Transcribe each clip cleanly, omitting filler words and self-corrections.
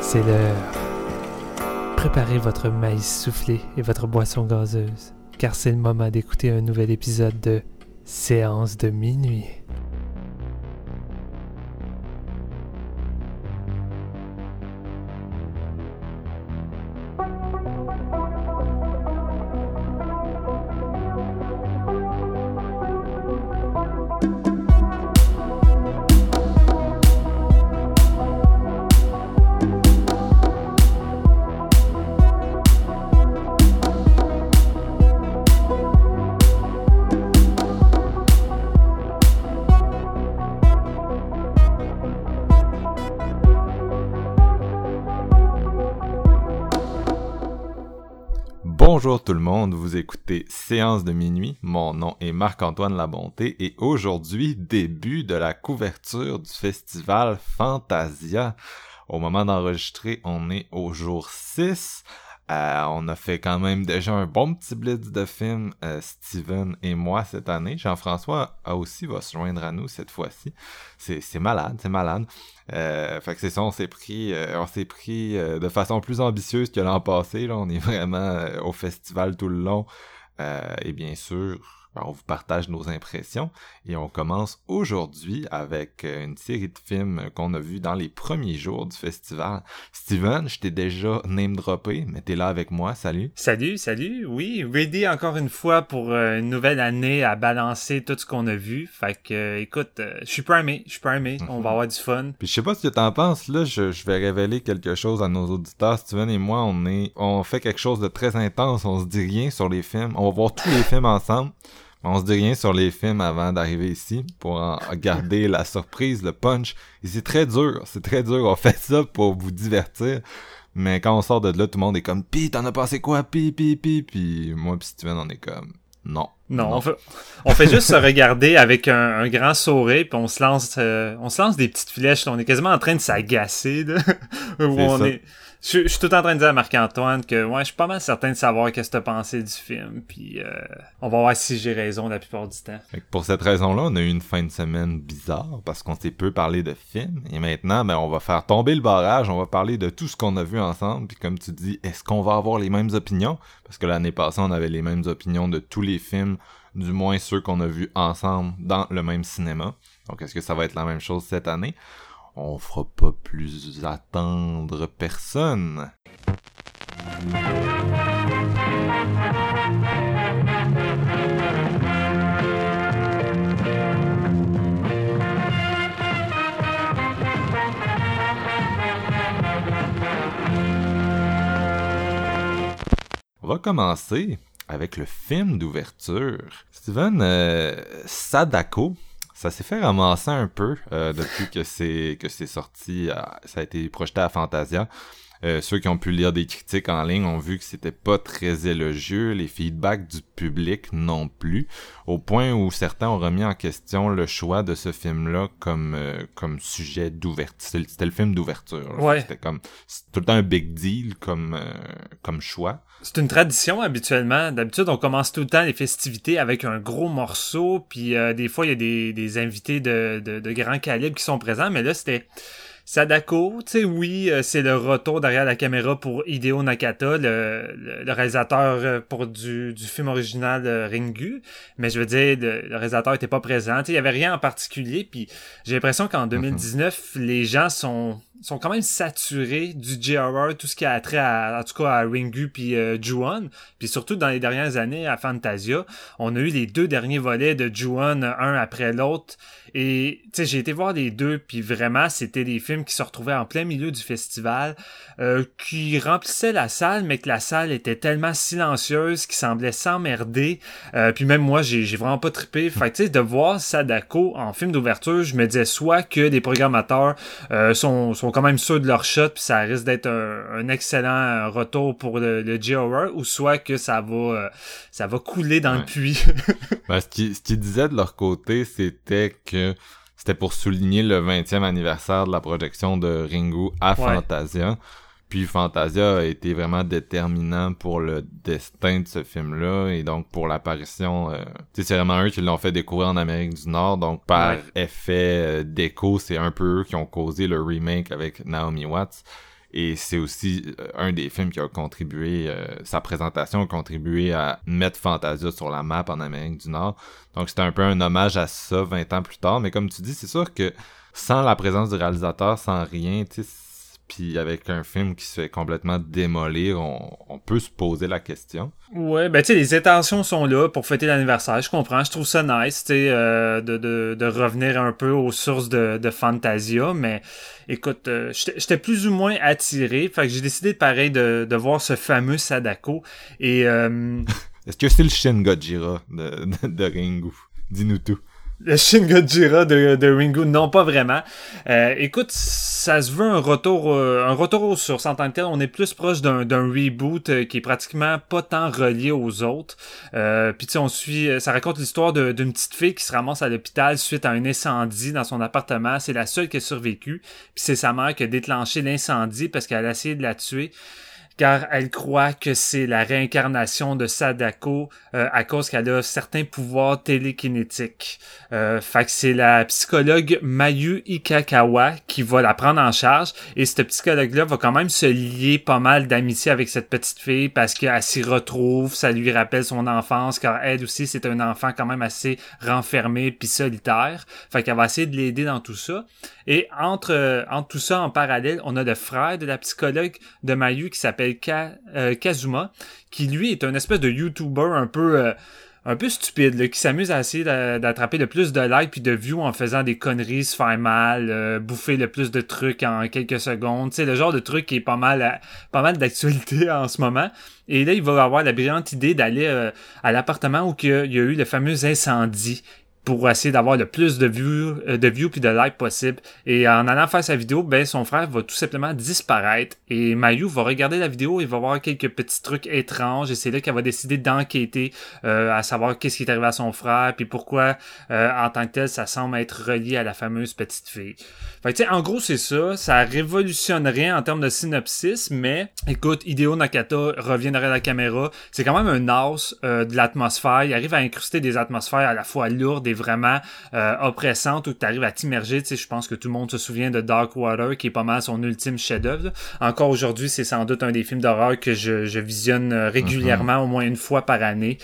C'est l'heure. Préparez votre maïs soufflé et votre boisson gazeuse, car c'est le moment d'écouter un nouvel épisode de Séance de minuit. Bonjour tout le monde, vous écoutez Séance de minuit, mon nom est Marc-Antoine Labonté et aujourd'hui, début de la couverture du festival Fantasia. Au moment d'enregistrer, on est au jour 6. On a fait quand même déjà un bon petit blitz de films, Steven et moi cette année. Jean-François va se joindre à nous cette fois-ci. C'est malade. Fait que c'est ça, on s'est pris de façon plus ambitieuse que l'an passé. Là, on est vraiment au festival tout le long. Et bien sûr, on vous partage nos impressions. Et on commence aujourd'hui avec une série de films qu'on a vus dans les premiers jours du festival. Steven, je t'ai déjà name-droppé, mais t'es là avec moi, salut. Salut, oui, ready encore une fois pour une nouvelle année à balancer tout ce qu'on a vu. Fait que, écoute, je suis primé, on va avoir du fun. Puis je sais pas ce que t'en penses, là, je vais révéler quelque chose à nos auditeurs. Steven et moi, on fait quelque chose de très intense, on se dit rien sur les films. On va voir tous les films ensemble. On se dit rien sur les films avant d'arriver ici pour en garder la surprise, le punch. Et c'est très dur. On fait ça pour vous divertir. Mais quand on sort de là, tout le monde est comme « Pis, t'en as pensé quoi? Pis. » Puis moi pis Steven, on est comme « Non. » Non. On fait juste se regarder avec un grand sourire, puis on se lance des petites flèches. Là. On est quasiment en train de s'agacer. Là, Je suis tout en train de dire à Marc-Antoine que je suis pas mal certain de savoir qu'est-ce que t'as pensé du film, puis on va voir si j'ai raison la plupart du temps. Fait que pour cette raison-là, on a eu une fin de semaine bizarre parce qu'on s'est peu parlé de films et maintenant, on va faire tomber le barrage, on va parler de tout ce qu'on a vu ensemble, puis comme tu dis, est-ce qu'on va avoir les mêmes opinions? Parce que l'année passée, on avait les mêmes opinions de tous les films, du moins ceux qu'on a vus ensemble dans le même cinéma. Donc est-ce que ça va être la même chose cette année? On fera pas plus attendre personne. On va commencer avec le film d'ouverture. Steven, Sadako. Ça s'est fait ramasser un peu depuis que c'est sorti, ça a été projeté à Fantasia. Ceux qui ont pu lire des critiques en ligne ont vu que c'était pas très élogieux, les feedbacks du public non plus, au point où certains ont remis en question le choix de ce film-là comme sujet d'ouverture. C'était le film d'ouverture. Ouais. C'est tout le temps un big deal comme choix. C'est une tradition habituellement. D'habitude, on commence tout le temps les festivités avec un gros morceau, puis des fois, il y a des invités de grand calibre qui sont présents, mais là, c'était Sadako. Tu sais, oui, c'est le retour derrière la caméra pour Hideo Nakata, le réalisateur pour du film original Ringu, mais je veux dire, le réalisateur était pas présent. Tu sais, il y avait rien en particulier, puis j'ai l'impression qu'en 2019, les gens sont quand même saturés du J.R.R., tout ce qui a trait en tout cas à Ringu puis Ju-On, puis surtout dans les dernières années à Fantasia, on a eu les 2 derniers volets de Ju-On, un après l'autre, et tu sais, j'ai été voir les 2, puis vraiment, c'était des films qui se retrouvaient en plein milieu du festival, qui remplissaient la salle, mais que la salle était tellement silencieuse qu'il semblait s'emmerder, puis même moi, j'ai vraiment pas trippé. Fait que tu sais, de voir Sadako en film d'ouverture, je me disais soit que les programmateurs sont quand même sûrs de leur shot, puis ça risque d'être un excellent retour pour le J.R.R., ou soit que ça va couler dans le puits. Ce qu'ils disaient de leur côté, c'était que c'était pour souligner le 20e anniversaire de la projection de Ringu à Fantasia. Puis Fantasia a été vraiment déterminant pour le destin de ce film-là et donc pour l'apparition... c'est vraiment eux qui l'ont fait découvrir en Amérique du Nord, donc par effet d'écho, c'est un peu eux qui ont causé le remake avec Naomi Watts. Et c'est aussi un des films qui a contribué, sa présentation a contribué à mettre Fantasia sur la map en Amérique du Nord. Donc c'était un peu un hommage à ça 20 ans plus tard. Mais comme tu dis, c'est sûr que sans la présence du réalisateur, sans rien, tu sais, puis avec un film qui se fait complètement démolir, on peut se poser la question. Ouais, ben tu sais, les intentions sont là pour fêter l'anniversaire, je comprends, je trouve ça nice, tu sais, de revenir un peu aux sources de Fantasia, mais écoute, j'étais plus ou moins attiré, fait que j'ai décidé pareil de voir ce fameux Sadako, et... Est-ce que c'est le Shin Godzilla de Ringu? Dis-nous tout. Le Shin Godzilla de Ringu, non, pas vraiment. Écoute, ça se veut un retour aux sources en tant que tel. On est plus proche d'un reboot qui est pratiquement pas tant relié aux autres. Puis tu sais, on suit, ça raconte l'histoire d'une petite fille qui se ramasse à l'hôpital suite à un incendie dans son appartement. C'est la seule qui a survécu. Puis c'est sa mère qui a déclenché l'incendie parce qu'elle a essayé de la tuer, car elle croit que c'est la réincarnation de Sadako à cause qu'elle a certains pouvoirs télékinétiques. Fait que c'est la psychologue Mayu Ikakawa qui va la prendre en charge, et cette psychologue-là va quand même se lier pas mal d'amitié avec cette petite fille parce qu'elle s'y retrouve, ça lui rappelle son enfance, car elle aussi c'est un enfant quand même assez renfermé puis solitaire. Fait qu'elle va essayer de l'aider dans tout ça. Et entre tout ça en parallèle, on a le frère de la psychologue de Mayu qui s'appelle Kazuma, qui lui est un espèce de YouTuber un peu stupide, là, qui s'amuse à essayer d'attraper le plus de likes puis de views en faisant des conneries, se faire mal, bouffer le plus de trucs en quelques secondes. Tu sais, le genre de truc qui est pas mal d'actualité en ce moment. Et là, il va avoir la brillante idée d'aller à l'appartement où il y a eu le fameux incendie, pour essayer d'avoir le plus de views puis de likes possible. Et en allant faire sa vidéo, ben son frère va tout simplement disparaître. Et Mayu va regarder la vidéo et va voir quelques petits trucs étranges. Et c'est là qu'elle va décider d'enquêter, à savoir qu'est-ce qui est arrivé à son frère, puis pourquoi, en tant que tel, ça semble être relié à la fameuse petite fille. Fait que tu sais, en gros, c'est ça. Ça révolutionne rien en termes de synopsis, mais écoute, Hideo Nakata revient derrière la caméra. C'est quand même un as de l'atmosphère. Il arrive à incruster des atmosphères à la fois lourdes et vraiment oppressante, où tu arrives à t'immerger. Tu sais, je pense que tout le monde se souvient de Dark Water, qui est pas mal son ultime chef-d'œuvre. Encore aujourd'hui, c'est sans doute un des films d'horreur que je visionne régulièrement, au moins une fois par année.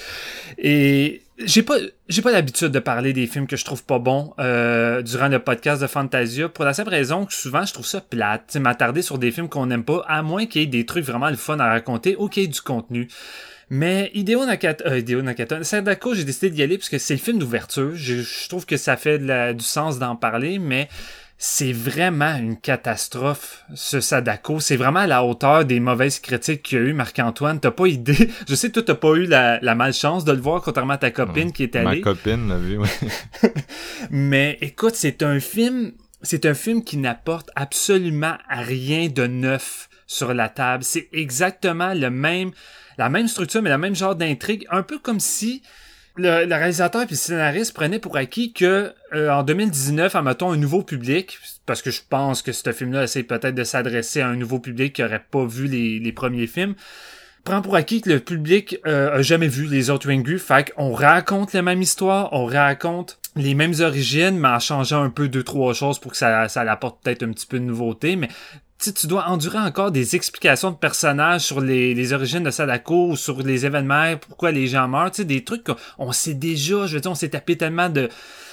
Et j'ai pas l'habitude de parler des films que je trouve pas bons durant le podcast de Fantasia, pour la simple raison que souvent je trouve ça plate, tu sais, m'attarder sur des films qu'on n'aime pas, à moins qu'il y ait des trucs vraiment le fun à raconter ou qu'il y ait du contenu. Mais Hideo Nakata, Sadako, j'ai décidé d'y aller parce que c'est le film d'ouverture. Je trouve que ça fait du sens d'en parler, mais c'est vraiment une catastrophe, ce Sadako. C'est vraiment à la hauteur des mauvaises critiques qu'il y a eu, Marc-Antoine. T'as pas idée. Je sais que toi, t'as pas eu la malchance de le voir, contrairement à ta copine qui est allée. Ma copine l'a vu, oui. Mais écoute, c'est un film qui n'apporte absolument rien de neuf sur la table. C'est exactement la même structure, mais le même genre d'intrigue, un peu comme si le réalisateur et le scénariste prenaient pour acquis que en 2019, admettons, un nouveau public, parce que je pense que ce film-là essaie peut-être de s'adresser à un nouveau public qui aurait pas vu les premiers films, prend pour acquis que le public a jamais vu les autres Ringu. Fait qu'on raconte la même histoire, on raconte les mêmes origines, mais en changeant un peu 2-3 choses pour que ça apporte peut-être un petit peu de nouveauté, mais tu dois endurer encore des explications de personnages sur les origines de Sadako, ou sur les événements, pourquoi les gens meurent, tu sais, des trucs qu'on sait déjà, je veux dire, on s'est tapé tellement de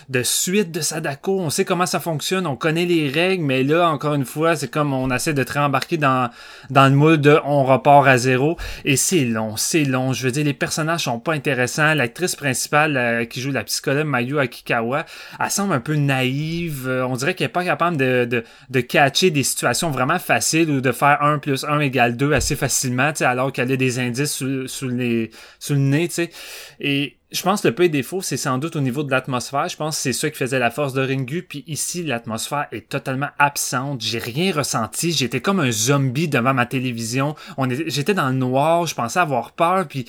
suite de Sadako, on sait comment ça fonctionne, on connaît les règles, mais là, encore une fois, c'est comme on essaie de te réembarquer dans le moule de on repart à zéro, et c'est long, je veux dire, les personnages sont pas intéressants, l'actrice principale qui joue la psychologue Mayu Akikawa, elle semble un peu naïve, on dirait qu'elle est pas capable de catcher des situations vraiment faciles, ou de faire 1 + 1 = 2 assez facilement, tu sais, alors qu'elle a des indices sous le nez, tu sais, et je pense que le peu défaut, c'est sans doute au niveau de l'atmosphère. Je pense que c'est ça qui faisait la force de Ringu. Puis ici, l'atmosphère est totalement absente. J'ai rien ressenti. J'étais comme un zombie devant ma télévision. J'étais dans le noir. Je pensais avoir peur. Puis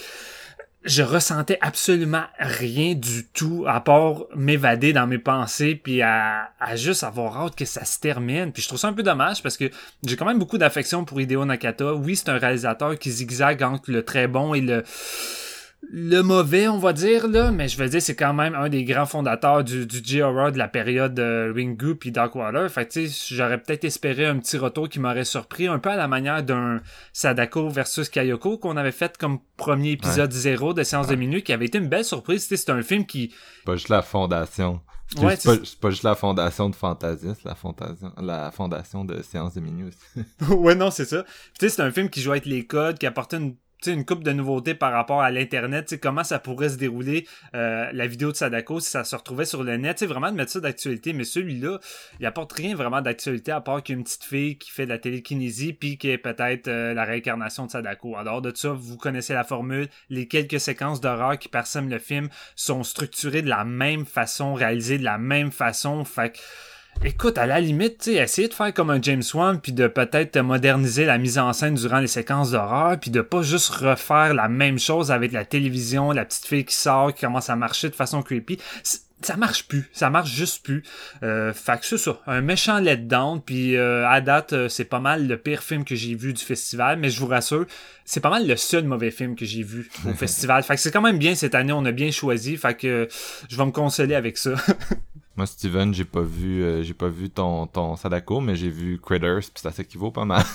je ressentais absolument rien du tout, à part m'évader dans mes pensées, puis à juste avoir hâte que ça se termine. Puis je trouve ça un peu dommage, parce que j'ai quand même beaucoup d'affection pour Hideo Nakata. Oui, c'est un réalisateur qui zigzague entre le très bon et le mauvais, on va dire, là, mais je veux dire, c'est quand même un des grands fondateurs du J-horror de la période Ringu puis Darkwater. Fait que, tu sais, j'aurais peut-être espéré un petit retour qui m'aurait surpris, un peu à la manière d'un Sadako versus Kayoko qu'on avait fait comme premier épisode 0 de Séance de minuit, qui avait été une belle surprise. Tu sais, c'est un film qui... Pas juste la fondation. Ouais, c'est pas juste la fondation de Fantasia, c'est la fondation de Séance de minuit aussi. Ouais, non, c'est ça. Tu sais, c'est un film qui jouait avec les codes, qui apportait une couple de nouveautés par rapport à l'internet, tu sais, comment ça pourrait se dérouler la vidéo de Sadako si ça se retrouvait sur le net, tu sais, vraiment de mettre ça d'actualité, mais celui-là, il apporte rien vraiment d'actualité à part qu'il y a une petite fille qui fait de la télékinésie puis qui est peut-être la réincarnation de Sadako. En dehors de ça, vous connaissez la formule, les quelques séquences d'horreur qui parsèment le film sont structurées de la même façon, réalisées de la même façon, fait que écoute, à la limite, tu sais, essayer de faire comme un James Wan puis de peut-être moderniser la mise en scène durant les séquences d'horreur puis de pas juste refaire la même chose avec la télévision, la petite fille qui sort, qui commence à marcher de façon creepy. Ça marche plus, ça marche juste plus. Fait que c'est ça, un méchant letdown, puis à date, c'est pas mal le pire film que j'ai vu du festival, mais je vous rassure, c'est pas mal le seul mauvais film que j'ai vu au festival. Fait que c'est quand même bien cette année, on a bien choisi, fait que je vais me consoler avec ça. Moi, Steven, j'ai pas vu ton Sadako, mais j'ai vu Critters, pis ça s'équivaut pas mal.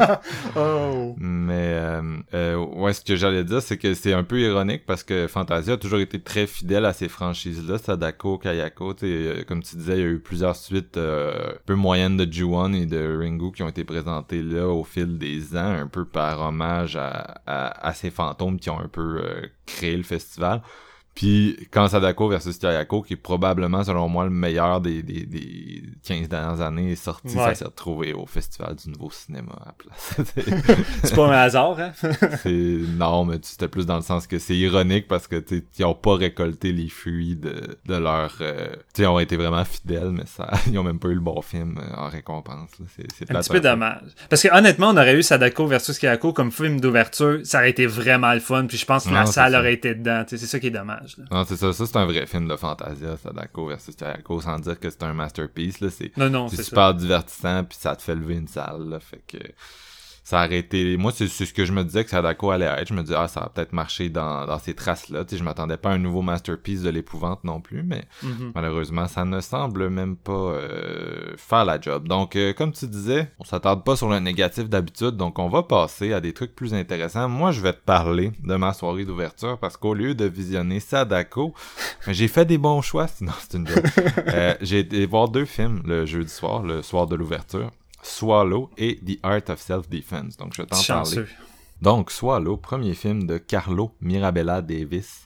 Oh. Mais ouais, ce que j'allais dire, c'est que c'est un peu ironique parce que Fantasia a toujours été très fidèle à ces franchises-là, Sadako, Kayako, comme tu disais, il y a eu plusieurs suites un peu moyennes de Ju-On et de Ringu qui ont été présentées là au fil des ans, un peu par hommage à ces fantômes qui ont un peu créé le festival. Puis quand Sadako versus Kayako, qui est probablement selon moi le meilleur des 15 dernières années, est sorti, ça s'est retrouvé au Festival du Nouveau Cinéma à la place. C'est pas un hasard, hein? Non, mais c'était plus dans le sens que c'est ironique parce que ils ont pas récolté les fruits de leur... ils ont été vraiment fidèles, mais ils ont même pas eu le bon film en récompense. Là. C'est un petit peu dommage. Parce que honnêtement, on aurait eu Sadako versus Kayako comme film d'ouverture, ça aurait été vraiment le fun, puis je pense que la salle aurait été dedans. C'est ça qui est dommage. Là. Non, c'est ça. Ça, c'est un vrai film de Fantasia, Sadako versus Kayako, sans dire que c'est un masterpiece. Là. C'est super divertissant, puis ça te fait lever une salle. Là, fait que ça aurait été... Moi, c'est ce que je me disais que Sadako allait être. Je me disais, ça va peut-être marcher dans ces traces-là. Je m'attendais pas à un nouveau masterpiece de l'épouvante non plus, mais malheureusement, ça ne semble même pas faire la job. Donc, comme tu disais, on s'attarde pas sur le négatif d'habitude, donc on va passer à des trucs plus intéressants. Moi, je vais te parler de ma soirée d'ouverture, parce qu'au lieu de visionner Sadako, j'ai fait des bons choix, sinon c'est une joke. J'ai été voir 2 films le jeudi soir, le soir de l'ouverture. Swallow et The Art of Self-Defense. Donc, je vais t'en parler. Donc, Swallow, premier film de Carlo Mirabella Davis,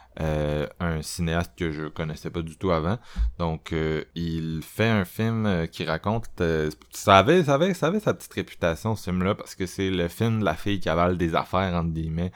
un cinéaste que je connaissais pas du tout avant. Donc, il fait un film qui raconte... ça avait sa petite réputation, ce film-là, parce que c'est le film de la fille qui avale des affaires, entre guillemets.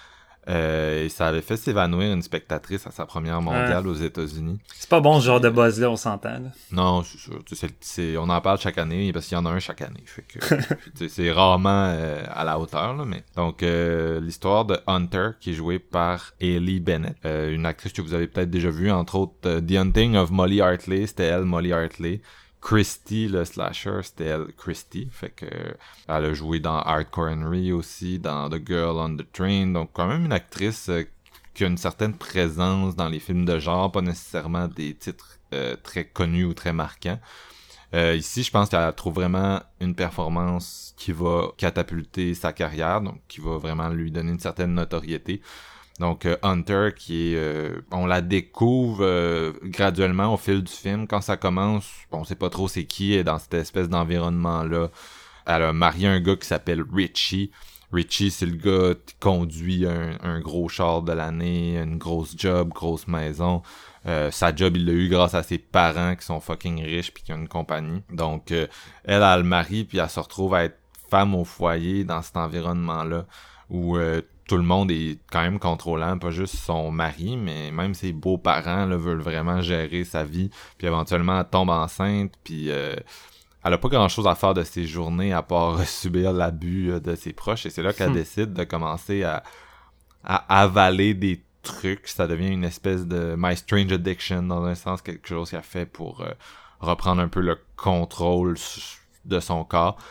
Et ça avait fait s'évanouir une spectatrice à sa première mondiale aux États-Unis. C'est pas bon ce genre de buzz-là, on s'entend. Là. Non, c'est sûr. On en parle chaque année parce qu'il y en a un chaque année. Fait que c'est rarement à la hauteur. Là, mais donc l'histoire de Hunter qui est jouée par Hayley Bennett, une actrice que vous avez peut-être déjà vue, entre autres The Hunting of Molly Hartley, c'était elle, Molly Hartley. Christy, le slasher, c'était elle, Christy. Fait que elle a joué dans Hardcore Henry aussi, dans The Girl on the Train. Donc quand même une actrice qui a une certaine présence dans les films de genre, pas nécessairement des titres très connus ou très marquants. Ici, je pense qu'elle trouve vraiment une performance qui va catapulter sa carrière, donc qui va vraiment lui donner une certaine notoriété. Donc Hunter qui est on la découvre graduellement au fil du film. Quand ça commence, on sait pas trop c'est qui, elle est dans cette espèce d'environnement là. Elle a marié un gars qui s'appelle Richie. Richie, c'est le gars qui conduit un gros char de l'année, une grosse job, grosse maison. Sa job, il l'a eu grâce à ses parents qui sont fucking riches puis qui ont une compagnie. Donc elle le marie puis elle se retrouve à être femme au foyer dans cet environnement là où tout le monde est quand même contrôlant, pas juste son mari, mais même ses beaux-parents là, veulent vraiment gérer sa vie, puis éventuellement elle tombe enceinte, puis elle a pas grand-chose à faire de ses journées à part subir l'abus de ses proches, et c'est là qu'elle décide de commencer à avaler des trucs. Ça devient une espèce de My Strange Addiction, dans un sens, quelque chose qu'elle fait pour reprendre un peu le contrôle de son corps.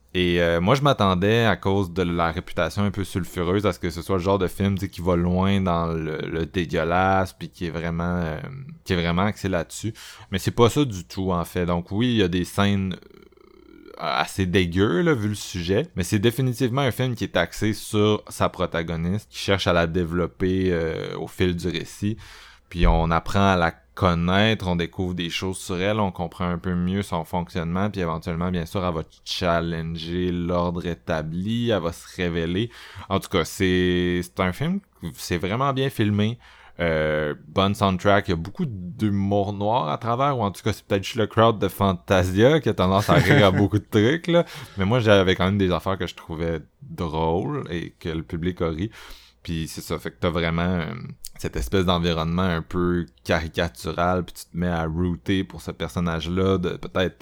Et moi, je m'attendais, à cause de la réputation un peu sulfureuse, à ce que ce soit le genre de film qui va loin dans le dégueulasse, puis qui est vraiment axé là-dessus. Mais c'est pas ça du tout, en fait. Donc oui, il y a des scènes assez dégueu là, vu le sujet, mais c'est définitivement un film qui est axé sur sa protagoniste, qui cherche à la développer au fil du récit, puis on apprend à la connaître, on découvre des choses sur elle, on comprend un peu mieux son fonctionnement, puis éventuellement, bien sûr, elle va challenger l'ordre établi, elle va se révéler. En tout cas, c'est un film, c'est vraiment bien filmé. Bonne soundtrack, il y a beaucoup d'humour noir à travers, ou en tout cas c'est peut-être juste le crowd de Fantasia qui a tendance à rire à beaucoup de trucs là, mais moi j'avais quand même des affaires que je trouvais drôles et que le public a ri, puis c'est ça, fait que t'as vraiment cette espèce d'environnement un peu caricatural, puis tu te mets à rooter pour ce personnage-là, de peut-être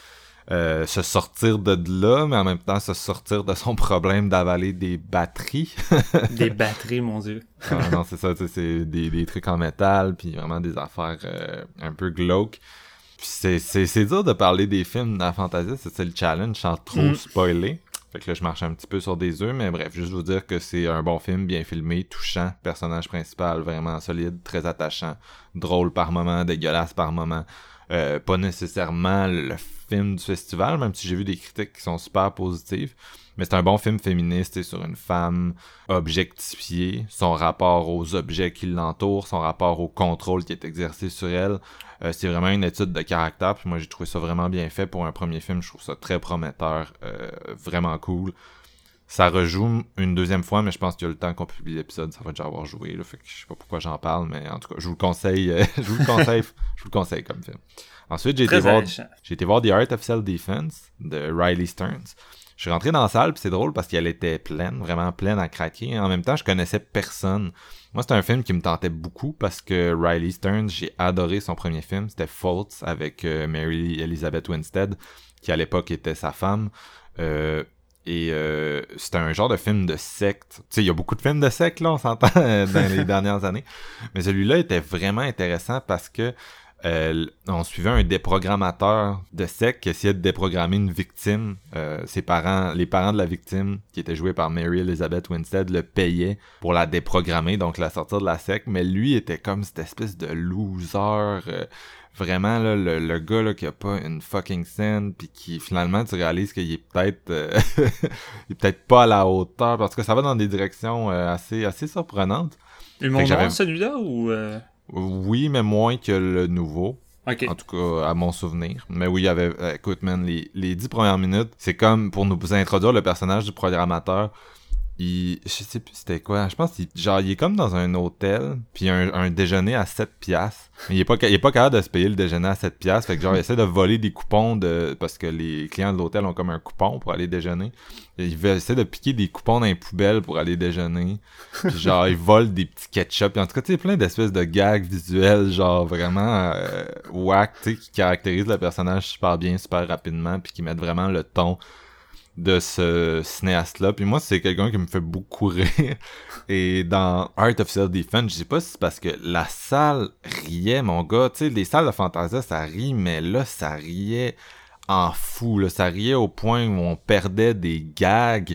se sortir de là, mais en même temps se sortir de son problème d'avaler des batteries. Des batteries, mon Dieu. Ah, non, c'est ça, tu sais, c'est des trucs en métal, puis vraiment des affaires un peu glauques. Puis c'est dur de parler des films dans la fantasy, c'est le challenge, sans trop spoiler. Fait que là, je marche un petit peu sur des œufs, mais bref, juste vous dire que c'est un bon film, bien filmé, touchant, personnage principal, vraiment solide, très attachant, drôle par moment, dégueulasse par moment. Pas nécessairement le film du festival, même si j'ai vu des critiques qui sont super positives, mais c'est un bon film féministe sur une femme objectifiée, son rapport aux objets qui l'entourent, son rapport au contrôle qui est exercé sur elle. C'est vraiment une étude de caractère, puis moi j'ai trouvé ça vraiment bien fait pour un premier film, je trouve ça très prometteur, vraiment cool. Ça rejoue une deuxième fois, mais je pense qu'il y a le temps qu'on publie l'épisode, ça va déjà avoir joué, là, fait que je sais pas pourquoi j'en parle, mais en tout cas, je vous le conseille, je vous le conseille comme film. Ensuite, j'ai été voir The Art of Self-Defense de Riley Stearns. Je suis rentré dans la salle, puis c'est drôle parce qu'elle était pleine, vraiment pleine à craquer. En même temps, je connaissais personne. Moi, c'était un film qui me tentait beaucoup parce que Riley Stearns, j'ai adoré son premier film, c'était Faults avec Mary Elizabeth Winstead, qui à l'époque était sa femme. C'était un genre de film de secte. Tu sais, il y a beaucoup de films de secte, là, on s'entend, dans les dernières années. Mais celui-là était vraiment intéressant parce que on suivait un déprogrammateur de secte qui essayait de déprogrammer une victime. Les parents de la victime, qui était joué par Mary Elizabeth Winstead, le payaient pour la déprogrammer, donc la sortir de la secte. Mais lui était comme cette espèce de loser... Vraiment, là, le gars là, qui a pas une fucking scène, puis qui, finalement, tu réalises qu'il est peut-être il est peut-être pas à la hauteur, parce que ça va dans des directions assez surprenantes. Ils m'ont noir, celui-là, ou... Oui, mais moins que le nouveau. Okay. En tout cas, à mon souvenir. Mais oui, il y avait... écoute, man, les 10 premières minutes, c'est comme pour nous introduire le personnage du programmateur. Je sais plus c'était quoi, je pense qu'il est comme dans un hôtel, puis un déjeuner à 7$, mais il est pas capable de se payer le déjeuner à 7$, fait que genre il essaie de voler des coupons parce que les clients de l'hôtel ont comme un coupon pour aller déjeuner, et il essaie de piquer des coupons dans les poubelles pour aller déjeuner, puis genre il vole des petits ketchup, puis en tout cas tu sais plein d'espèces de gags visuels genre vraiment whack, tu sais, qui caractérisent le personnage super bien, super rapidement, puis qui mettent vraiment le ton de ce cinéaste-là. Puis moi, c'est quelqu'un qui me fait beaucoup rire. Et dans Art of Self-Defense, je sais pas si c'est parce que la salle riait, mon gars. Tu sais, les salles de Fantasia, ça rit, mais là, ça riait en fou. Là. Ça riait au point où on perdait des gags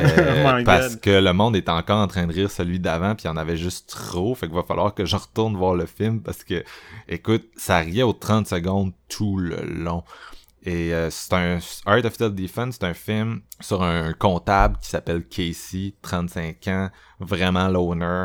parce que le monde est encore en train de rire celui d'avant, puis il y en avait juste trop. Fait qu'il va falloir que je retourne voir le film parce que, écoute, ça riait aux 30 secondes tout le long. Et c'est un Art of Self-Defense, c'est un film sur un comptable qui s'appelle Casey, 35 ans, vraiment loner.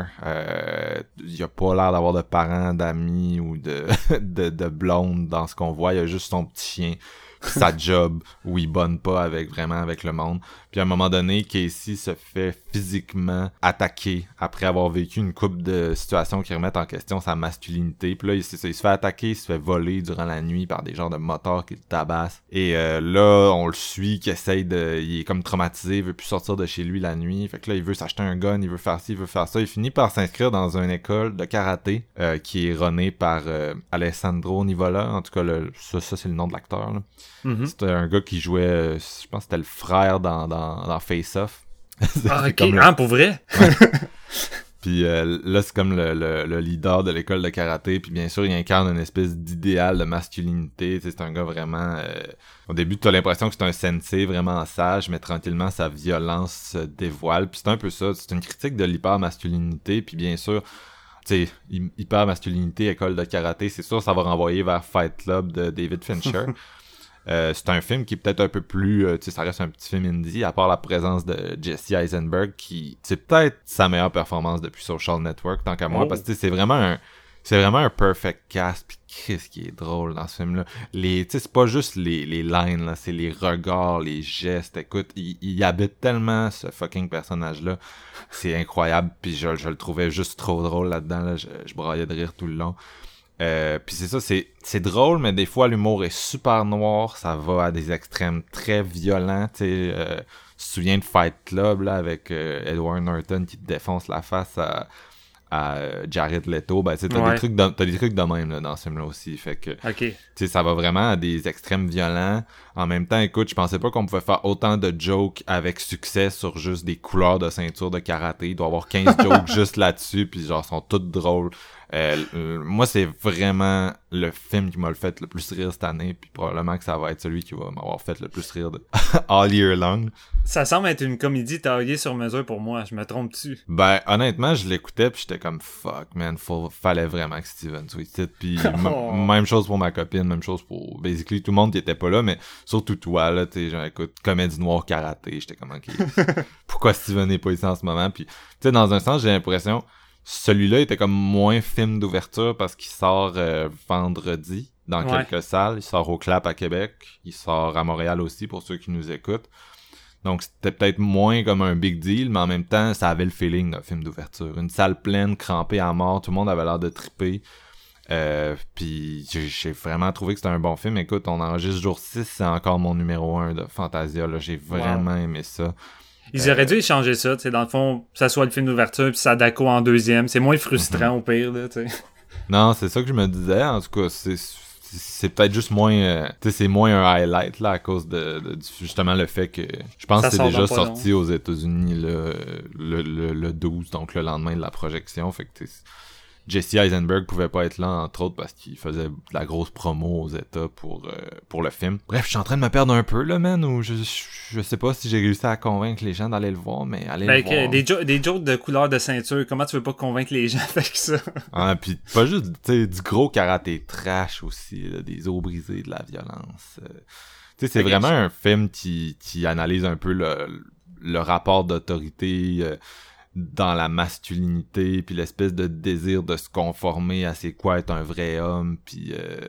Il a pas l'air d'avoir de parents, d'amis ou de blonde dans ce qu'on voit. Il a juste son petit chien, sa job où il bonne pas avec le monde. Puis à un moment donné, Casey se fait physiquement attaquer après avoir vécu une couple de situations qui remettent en question sa masculinité. Puis là, il se fait attaquer, il se fait voler durant la nuit par des genres de motards qui le tabassent. Et là, on le suit, il est comme traumatisé, il veut plus sortir de chez lui la nuit. Fait que là, il veut s'acheter un gun, il veut faire ci, il veut faire ça. Il finit par s'inscrire dans une école de karaté qui est runnée par Alessandro Nivola. En tout cas, ça c'est le nom de l'acteur, là. Mm-hmm. C'était un gars qui jouait, je pense que c'était le frère dans Face Off. Ah, ok, pour vrai? Ouais. Puis là, c'est comme le leader de l'école de karaté. Puis bien sûr, il incarne une espèce d'idéal de masculinité. Tu sais, c'est un gars vraiment... au début, tu as l'impression que c'est un sensei vraiment sage, mais tranquillement, sa violence se dévoile. Puis c'est un peu ça. C'est une critique de l'hyper-masculinité. Puis bien sûr, tu sais, hyper-masculinité, école de karaté, c'est sûr, ça va renvoyer vers Fight Club de David Fincher. C'est un film qui est peut-être un peu plus... tu sais, ça reste un petit film indie, à part la présence de Jesse Eisenberg, qui... C'est peut-être sa meilleure performance depuis Social Network, tant qu'à moi, parce que c'est vraiment un perfect cast, pis qu'est-ce qui est drôle dans ce film-là. Tu sais, c'est pas juste les lines, là, c'est les regards, les gestes. Écoute, il habite tellement ce fucking personnage-là. C'est incroyable, pis je le trouvais juste trop drôle là-dedans, là. Je braillais de rire tout le long. Puis c'est ça, c'est drôle, mais des fois l'humour est super noir, ça va à des extrêmes très violents, tu sais, tu te souviens de Fight Club, là, avec Edward Norton qui te défonce la face à Jared Leto, ben tu sais, t'as des trucs de même là, dans ce film-là aussi, fait que tu sais, ça va vraiment à des extrêmes violents. En même temps, écoute, je pensais pas qu'on pouvait faire autant de jokes avec succès sur juste des couleurs de ceinture de karaté. Il doit y avoir 15 jokes juste là-dessus, puis genre, sont toutes drôles. Moi, c'est vraiment le film qui m'a le fait le plus rire cette année, puis probablement que ça va être celui qui va m'avoir fait le plus rire all year long. Ça semble être une comédie taillée sur mesure pour moi, je me trompe-tu? Ben, honnêtement, je l'écoutais pis j'étais comme fuck, man, fallait vraiment que Steven soit ici. Pis même chose pour ma copine, même chose pour basically tout le monde qui était pas là, mais surtout toi, là, tu sais, genre, écoute, comédie noire karaté, j'étais comme ok, pourquoi Steven n'est pas ici en ce moment? Puis, tu sais, dans un sens, j'ai l'impression, celui-là était comme moins film d'ouverture parce qu'il sort vendredi dans quelques salles, il sort au Clap à Québec, il sort à Montréal aussi pour ceux qui nous écoutent. Donc c'était peut-être moins comme un big deal, mais en même temps, ça avait le feeling d'un film d'ouverture. Une salle pleine, crampée à mort, tout le monde avait l'air de triper. Puis j'ai vraiment trouvé que c'était un bon film. Écoute, on enregistre jour 6, c'est encore mon numéro 1 de Fantasia. Là, j'ai vraiment aimé ça. Ils auraient dû échanger ça, tu sais, dans le fond, ça soit le film d'ouverture puis Sadako en deuxième. C'est moins frustrant au pire, là, tu sais. Non, c'est ça que je me disais. En tout cas, c'est peut-être juste moins tu sais, c'est moins un highlight là à cause de justement le fait que je pense que c'est déjà sorti aux États-Unis là, le 12, donc le lendemain de la projection, fait que Jesse Eisenberg pouvait pas être là, entre autres, parce qu'il faisait de la grosse promo aux États pour le film. Bref, je suis en train de me perdre un peu, là, man, ou je sais pas si j'ai réussi à convaincre les gens d'aller le voir, mais allez le voir. Des jokes de couleur de ceinture, comment tu veux pas convaincre les gens avec ça? Ah, pis pas juste, tu sais, du gros karaté trash aussi, là, des os brisés, de la violence. Tu sais, c'est vraiment un film qui analyse un peu le rapport d'autorité dans la masculinité, puis l'espèce de désir de se conformer à c'est quoi être un vrai homme, puis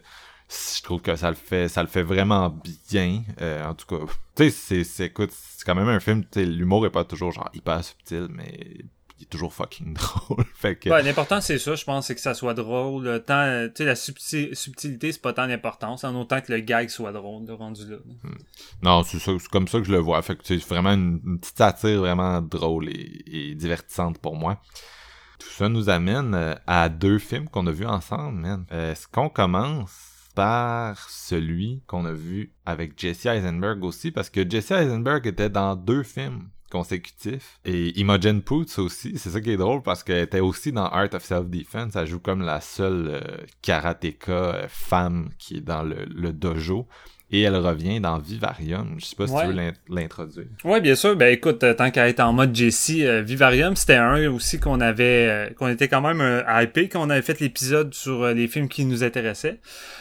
je trouve que ça le fait vraiment bien. En tout cas, tu sais, écoute, c'est quand même un film, tu sais, l'humour est pas toujours genre hyper subtil, mais il est toujours fucking drôle. Fait que... Ouais, l'important c'est ça, je pense, c'est que ça soit drôle. Tant, tu sais, la subtilité, c'est pas tant l'importance, en autant que le gag soit drôle, rendu là. Non, c'est comme ça que je le vois. Fait que c'est vraiment une petite satire vraiment drôle et divertissante pour moi. Tout ça nous amène à 2 films qu'on a vus ensemble, man. Est-ce qu'on commence par celui qu'on a vu avec Jesse Eisenberg aussi? Parce que Jesse Eisenberg était dans 2 films consécutifs. Et Imogen Poots aussi, c'est ça qui est drôle parce qu'elle était aussi dans Art of Self-Defense. Elle joue comme la seule karatéka femme qui est dans le dojo. Et elle revient dans Vivarium. Je sais pas si tu veux l'introduire. Ouais, bien sûr. Ben écoute, tant qu'elle est en mode Jessie, Vivarium, c'était un aussi qu'on était quand même hypé quand on avait fait l'épisode sur les films qui nous intéressaient.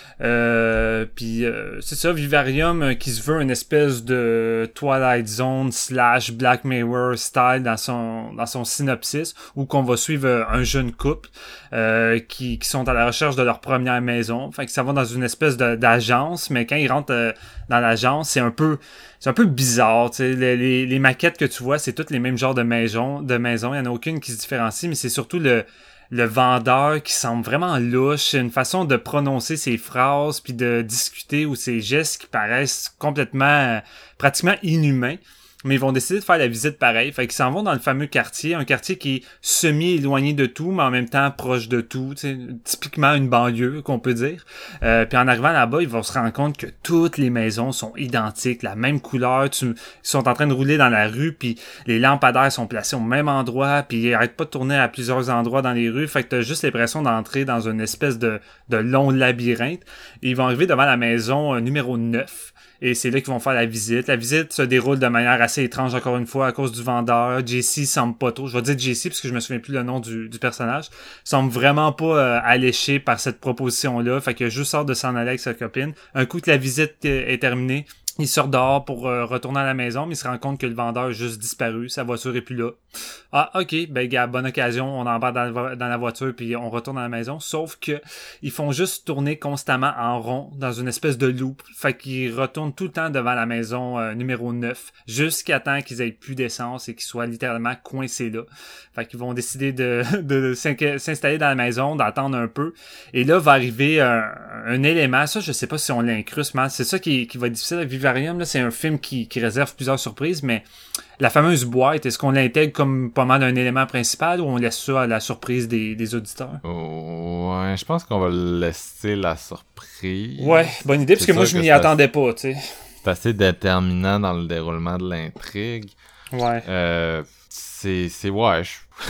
Puis c'est ça, Vivarium qui se veut une espèce de Twilight Zone / Black Mirror style dans son synopsis, où qu'on va suivre un jeune couple qui sont à la recherche de leur première maison. Fait que ça va dans une espèce d'agence, mais quand ils rentrent dans l'agence, c'est un peu bizarre, tu sais, les maquettes que tu vois, c'est toutes les mêmes genres de maisons, il y en a aucune qui se différencie, mais c'est surtout le vendeur qui semble vraiment louche, une façon de prononcer ses phrases puis de discuter ou ses gestes qui paraissent complètement, pratiquement inhumains. mais ils vont décider de faire la visite pareil. Fait qu'ils s'en vont dans le fameux quartier, un quartier qui est semi-éloigné de tout, mais en même temps proche de tout, tu sais, typiquement une banlieue, qu'on peut dire. Puis en arrivant là-bas, ils vont se rendre compte que toutes les maisons sont identiques, la même couleur, ils sont en train de rouler dans la rue, puis les lampadaires sont placés au même endroit, puis ils arrêtent pas de tourner à plusieurs endroits dans les rues, fait que t'as juste l'impression d'entrer dans une espèce de long labyrinthe. Et ils vont arriver devant la maison numéro 9. Et c'est là qu'ils vont faire la visite. La visite se déroule de manière assez étrange, encore une fois, à cause du vendeur. JC semble pas trop. Je vais dire JC parce que je me souviens plus le nom du personnage. Semble vraiment pas alléché par cette proposition-là. Fait qu'il a juste hâte de s'en aller avec sa copine. Un coup que la visite est terminée, il sort dehors pour retourner à la maison, mais il se rend compte que le vendeur a juste disparu. Sa voiture est plus là. Ah, ok, ben gars, bonne occasion, on embarque dans la voiture puis on retourne à la maison. Sauf que ils font juste tourner constamment en rond dans une espèce de loop. Fait qu'ils retournent tout le temps devant la maison numéro 9 jusqu'à temps qu'ils aient plus d'essence et qu'ils soient littéralement coincés là. Fait qu'ils vont décider de s'installer dans la maison, d'attendre un peu. Et là va arriver un élément, ça je sais pas si on l'incruste, mais c'est ça qui va être difficile avec Vivarium. Là, c'est un film qui réserve plusieurs surprises, mais la fameuse boîte, est-ce qu'on l'intègre comme pas mal un élément principal ou on laisse ça à la surprise des auditeurs? Ouais, je pense qu'on va laisser la surprise. Ouais, bonne idée, parce que moi je m'y attendais pas, tu sais. C'est assez déterminant dans le déroulement de l'intrigue. Ouais. Ouais,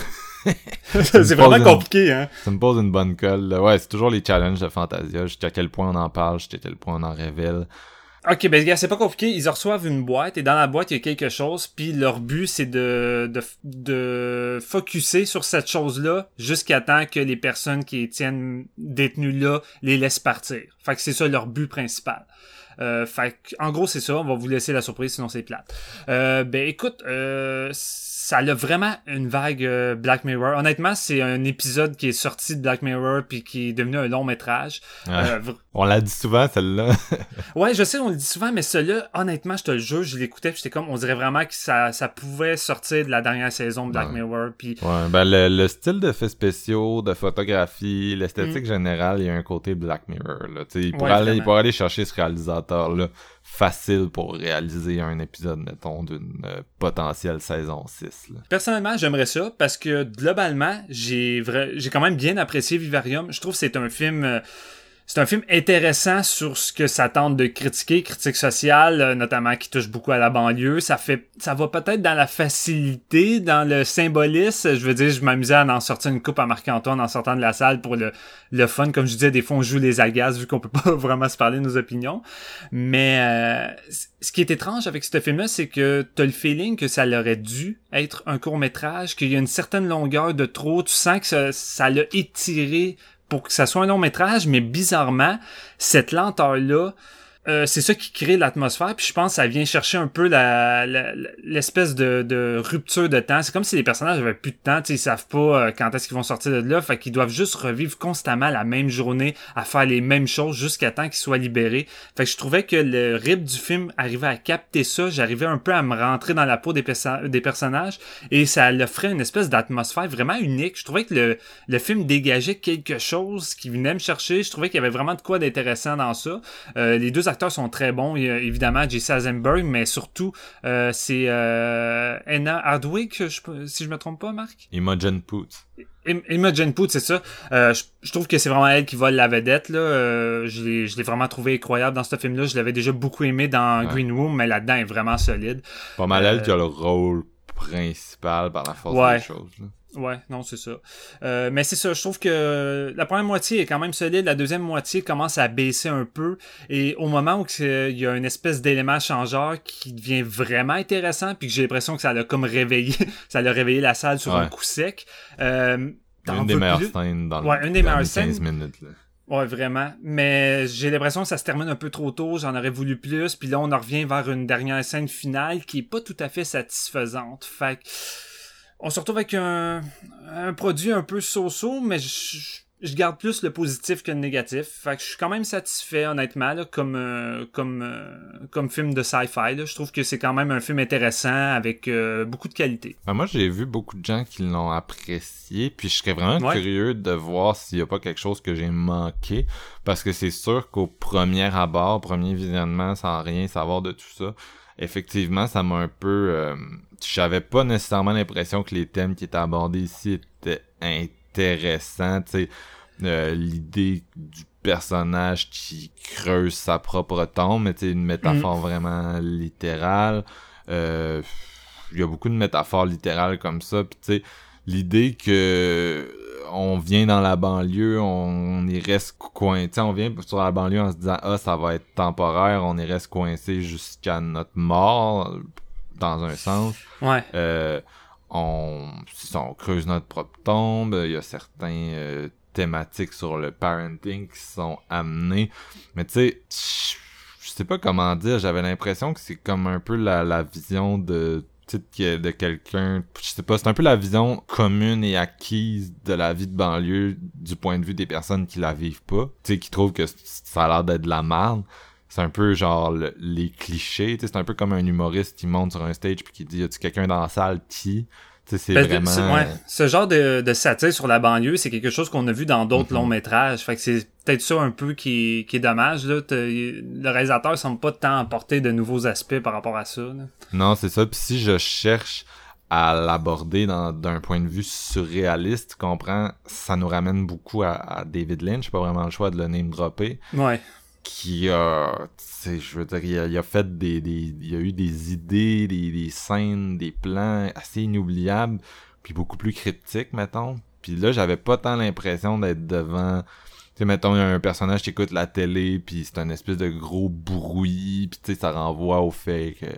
c'est vraiment compliqué, hein. Ça me pose une bonne colle. Là. Ouais, c'est toujours les challenges de Fantasia. Jusqu'à quel point on en parle, jusqu'à quel point on en révèle. Ok, ben gars, c'est pas compliqué. Ils reçoivent une boîte et dans la boîte il y a quelque chose. Puis leur but c'est de focusser sur cette chose-là jusqu'à temps que les personnes qui les tiennent détenues là les laissent partir. Fait que c'est ça leur but principal. Fait que, en gros c'est ça. On va vous laisser la surprise sinon c'est plate. Ben écoute, ça a vraiment une vague Black Mirror. Honnêtement, c'est un épisode qui est sorti de Black Mirror puis qui est devenu un long métrage. Ouais. On l'a dit souvent, celle-là. Ouais, je sais, on le dit souvent, mais celui-là, honnêtement, je te le jure, je l'écoutais puis j'étais comme, on dirait vraiment que ça pouvait sortir de la dernière saison de Black Mirror. Puis... Ouais, ben le style d'effets spéciaux, de photographie, l'esthétique générale, il y a un côté Black Mirror. Là. Il pourrait aller chercher ce réalisateur-là facile pour réaliser un épisode, mettons, d'une potentielle saison 6. Là. Personnellement, j'aimerais ça parce que globalement, j'ai quand même bien apprécié Vivarium. Je trouve que c'est un film intéressant sur ce que ça tente de critiquer, critique sociale, notamment qui touche beaucoup à la banlieue. Ça va peut-être dans la facilité, dans le symbolisme. Je veux dire, je m'amusais à en sortir une coupe à Marc-Antoine en sortant de la salle pour le fun. Comme je disais, des fois on joue les agaces vu qu'on peut pas vraiment se parler de nos opinions. Mais ce qui est étrange avec ce film-là, c'est que t'as le feeling que ça aurait dû être un court-métrage, qu'il y a une certaine longueur de trop. Tu sens que ça l'a étiré pour que ça soit un long métrage, mais bizarrement, cette lenteur-là, c'est ça qui crée l'atmosphère, puis je pense que ça vient chercher un peu l'espèce de rupture de temps. C'est comme si les personnages avaient plus de temps, ils savent pas quand est-ce qu'ils vont sortir de là, fait qu'ils doivent juste revivre constamment la même journée, à faire les mêmes choses jusqu'à temps qu'ils soient libérés. Fait que je trouvais que le rythme du film arrivait à capter ça, j'arrivais un peu à me rentrer dans la peau des personnages, et ça offrait une espèce d'atmosphère vraiment unique. Je trouvais que le film dégageait quelque chose qui venait me chercher, je trouvais qu'il y avait vraiment de quoi d'intéressant dans ça. Les deux acteurs sont très bons, il y a évidemment Jesse Eisenberg, mais surtout c'est Anna Hardwick, si je me trompe pas, Marc? Imogen Poots. Imogen Poots, c'est ça. Je trouve que c'est vraiment elle qui vole la vedette là. Je l'ai vraiment trouvé incroyable dans ce film-là. Je l'avais déjà beaucoup aimé dans Green Room, mais là-dedans elle est vraiment solide. Pas mal elle qui a le rôle principal par la force des choses. Là. Ouais, non, c'est ça. Mais c'est ça, je trouve que la première moitié est quand même solide, la deuxième moitié commence à baisser un peu, et au moment où il y a une espèce d'élément changeur qui devient vraiment intéressant, puis que j'ai l'impression que ça l'a comme réveillé, ça l'a réveillé la salle sur un coup sec. Une des meilleures scènes dans une des meilleures 15 minutes. Là. Ouais, vraiment. Mais j'ai l'impression que ça se termine un peu trop tôt, j'en aurais voulu plus, puis là on en revient vers une dernière scène finale qui est pas tout à fait satisfaisante. Fait que on se retrouve avec un produit un peu so-so, mais je garde plus le positif que le négatif. Fait que je suis quand même satisfait, honnêtement, là, comme film de sci-fi. Là. Je trouve que c'est quand même un film intéressant avec beaucoup de qualité. Moi, j'ai vu beaucoup de gens qui l'ont apprécié, puis je serais vraiment curieux de voir s'il y a pas quelque chose que j'ai manqué, parce que c'est sûr qu'au premier abord, au premier visionnement, sans rien savoir de tout ça, effectivement, ça m'a un peu... j'avais pas nécessairement l'impression que les thèmes qui étaient abordés ici étaient intéressants, tu sais, l'idée du personnage qui creuse sa propre tombe, mais tu sais, une métaphore vraiment littérale. Il y a beaucoup de métaphores littérales comme ça, pis tu sais, l'idée que on vient dans la banlieue, on y reste coincé, tu sais, on vient sur la banlieue en se disant ça va être temporaire, on y reste coincé jusqu'à notre mort, dans un sens. Ouais. On creuse notre propre tombe, il y a certains thématiques sur le parenting qui sont amenées, mais tu sais, je sais pas comment dire, j'avais l'impression que c'est comme un peu la vision de quelqu'un, je sais pas, c'est un peu la vision commune et acquise de la vie de banlieue du point de vue des personnes qui la vivent pas, tu sais, qui trouvent que ça a l'air d'être de la merde. C'est un peu genre les clichés, tu sais, c'est un peu comme un humoriste qui monte sur un stage puis qui dit y a-tu quelqu'un dans la salle qui, tu sais, c'est vraiment ce genre de satire sur la banlieue, c'est quelque chose qu'on a vu dans d'autres longs métrages, fait que c'est peut-être ça un peu qui est dommage là. Le réalisateur semble pas tant apporter de nouveaux aspects par rapport à ça là. Non, c'est ça. Puis si je cherche à l'aborder d'un point de vue surréaliste, tu comprends, ça nous ramène beaucoup à David Lynch, pas vraiment le choix de le name dropper. Ouais. Qui a, tu sais, je veux dire, il a fait il y a eu des idées, des scènes, des plans assez inoubliables, puis beaucoup plus cryptiques, mettons. Puis là, j'avais pas tant l'impression d'être devant, tu sais, mettons, il y a un personnage qui écoute la télé, puis c'est un espèce de gros bruit, puis tu sais, ça renvoie au fait que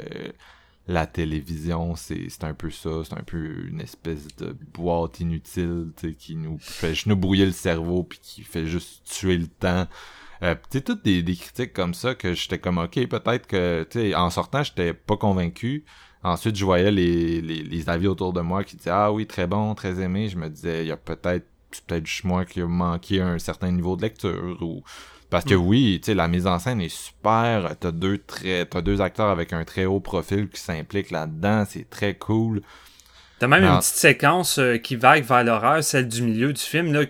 la télévision, c'est un peu ça, c'est un peu une espèce de boîte inutile, tu sais, qui nous fait juste nous brouiller le cerveau, puis qui fait juste tuer le temps. Tu sais, toutes des critiques comme ça que j'étais comme ok, peut-être que, tu sais, en sortant j'étais pas convaincu. Ensuite je voyais les avis autour de moi qui disaient ah oui, très bon, très aimé. Je me disais il y a peut-être juste moi qui a manqué un certain niveau de lecture, ou parce que oui, tu sais, la mise en scène est super, t'as deux acteurs avec un très haut profil qui s'impliquent là-dedans, c'est très cool. T'as même une petite séquence qui vague vers l'horreur, celle du milieu du film, là,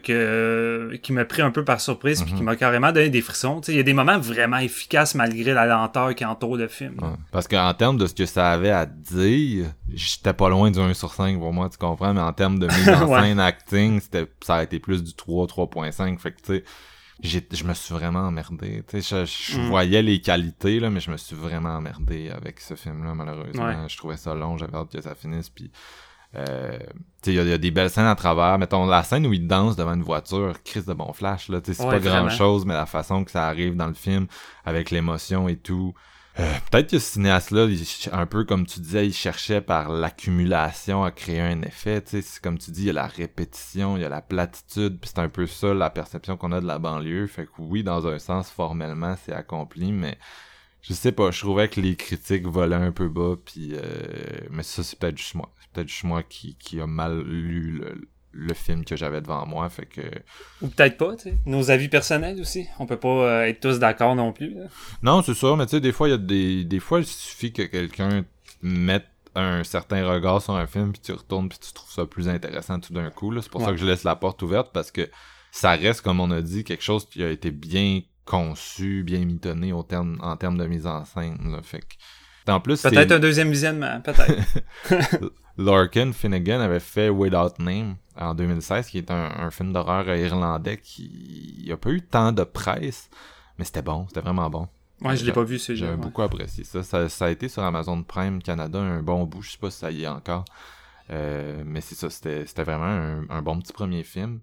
qui m'a pris un peu par surprise, puis qui m'a carrément donné des frissons. Il y a des moments vraiment efficaces malgré la lenteur qui entoure le film. Ouais. Parce qu'en termes de ce que ça avait à dire, j'étais pas loin du 1/5 pour moi, tu comprends, mais en termes de mise en scène, acting, ça a été plus du 3.5, fait que tu sais, je me suis vraiment emmerdé. Tu sais, je voyais les qualités, là, mais je me suis vraiment emmerdé avec ce film-là, malheureusement. Ouais. Je trouvais ça long, j'avais hâte que ça finisse, puis il y a des belles scènes à travers, mettons la scène où il danse devant une voiture, Chris de bon flash là, c'est pas grand chose, mais la façon que ça arrive dans le film avec l'émotion et tout, peut-être que ce cinéaste là, un peu comme tu disais, il cherchait par l'accumulation à créer un effet, tu sais, comme tu dis, il y a la répétition, il y a la platitude, puis c'est un peu ça la perception qu'on a de la banlieue, fait que oui, dans un sens formellement c'est accompli, mais je sais pas, je trouvais que les critiques volaient un peu bas, puis mais ça c'est peut-être juste moi. C'est peut-être juste moi qui a mal lu le film que j'avais devant moi, fait que... Ou peut-être pas, tu sais. Nos avis personnels aussi. On peut pas être tous d'accord non plus, là. Non, c'est sûr, mais tu sais, des fois, il y a des fois, il suffit que quelqu'un mette un certain regard sur un film, puis tu retournes, puis tu trouves ça plus intéressant tout d'un coup, là. C'est pour ça que je laisse la porte ouverte, parce que ça reste, comme on a dit, quelque chose qui a été bien conçu, bien mitonné en termes de mise en scène, là. Fait que... En plus, peut-être un deuxième visionnement, peut-être. Lorcan Finnegan avait fait Without Name en 2016, qui est un film d'horreur irlandais qui a pas eu tant de presse, mais c'était bon, c'était vraiment bon. Ouais, je l'ai pas vu, c'est J'avais beaucoup apprécié ça. Ça a été sur Amazon Prime Canada un bon bout, je sais pas si ça y est encore. Mais c'est ça, c'était vraiment un bon petit premier film.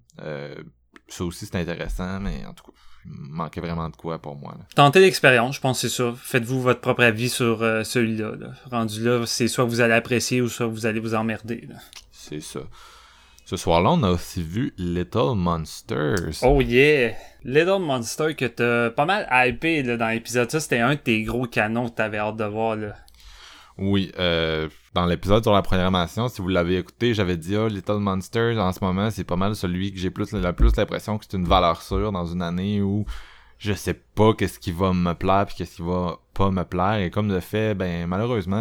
Ça aussi, c'était intéressant, mais en tout cas, il manquait vraiment de quoi pour moi, là. Tentez l'expérience, je pense que c'est ça. Faites-vous votre propre avis sur celui-là, là. Rendu là, c'est soit vous allez apprécier ou soit vous allez vous emmerder, là. C'est ça. Ce soir-là, on a aussi vu Little Monsters. Oh yeah! Little Monsters que t'as pas mal hypé là, dans l'épisode. Ça, c'était un de tes gros canons que t'avais hâte de voir, là. Oui, dans l'épisode sur la programmation, si vous l'avez écouté, j'avais dit Little Monsters, en ce moment, c'est pas mal celui que j'ai plus l'impression que c'est une valeur sûre dans une année où je sais pas qu'est-ce qui va me plaire puis qu'est-ce qui va pas me plaire. Et comme de fait, ben malheureusement,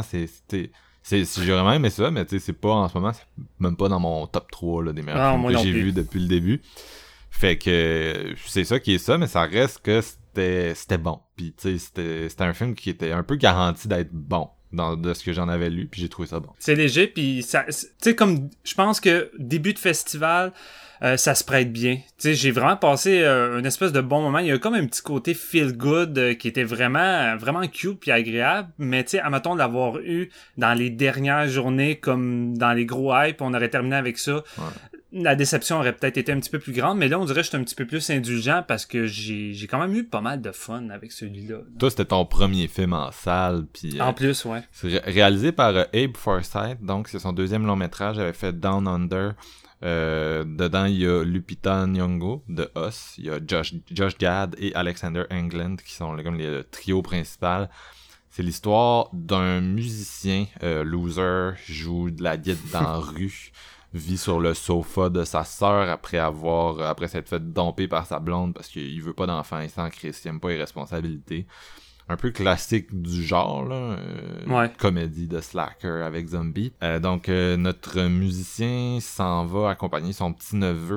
j'ai vraiment aimé ça, mais tu sais, c'est pas en ce moment, c'est même pas dans mon top 3 là, des meilleurs films que j'ai vus depuis le début. Fait que c'est ça qui est ça, mais ça reste que c'était bon. Puis tu sais, c'était un film qui était un peu garanti d'être bon. de ce que j'en avais lu, puis j'ai trouvé ça bon. C'est léger, puis ça, tu sais, comme, je pense que début de festival, ça se prête bien. Tu sais, j'ai vraiment passé une espèce de bon moment. Il y a comme un petit côté feel good qui était vraiment cute puis agréable. Mais tu sais, admettons de l'avoir eu dans les dernières journées comme dans les gros hype, on aurait terminé avec ça. Ouais. La déception aurait peut-être été un petit peu plus grande, mais là, on dirait que je suis un petit peu plus indulgent parce que j'ai quand même eu pas mal de fun avec celui-là. Toi, c'était ton premier film en salle, puis... En plus, ouais. C'est réalisé par Abe Forsyth, donc c'est son deuxième long métrage, il avait fait Down Under. Dedans, il y a Lupita Nyong'o de Us, il y a Josh Gad et Alexander Englund qui sont comme les trio principal. C'est l'histoire d'un musicien loser, joue de la guitare dans la rue, vit sur le sofa de sa sœur après s'être fait domper par sa blonde parce qu'il veut pas d'enfant, il s'en crisse, il aime pas les responsabilités. Un peu classique du genre, là, ouais. Comédie de slacker avec zombie. Donc, notre musicien s'en va accompagner son petit-neveu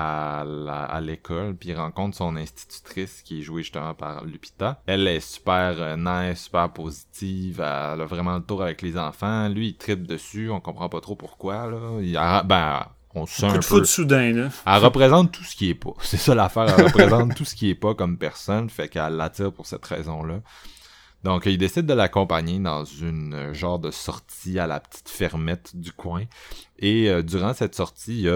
à l'école, puis il rencontre son institutrice qui est jouée justement par Lupita. Elle est super nice, super positive, elle a vraiment le tour avec les enfants. Lui, il trippe dessus, on comprend pas trop pourquoi, là. On se sent un peu... foot soudain, là. Elle représente tout ce qui est pas. C'est ça l'affaire, elle représente tout ce qui est pas comme personne, fait qu'elle l'attire pour cette raison-là. Donc, il décide de l'accompagner dans une genre de sortie à la petite fermette du coin. Et durant cette sortie, il y a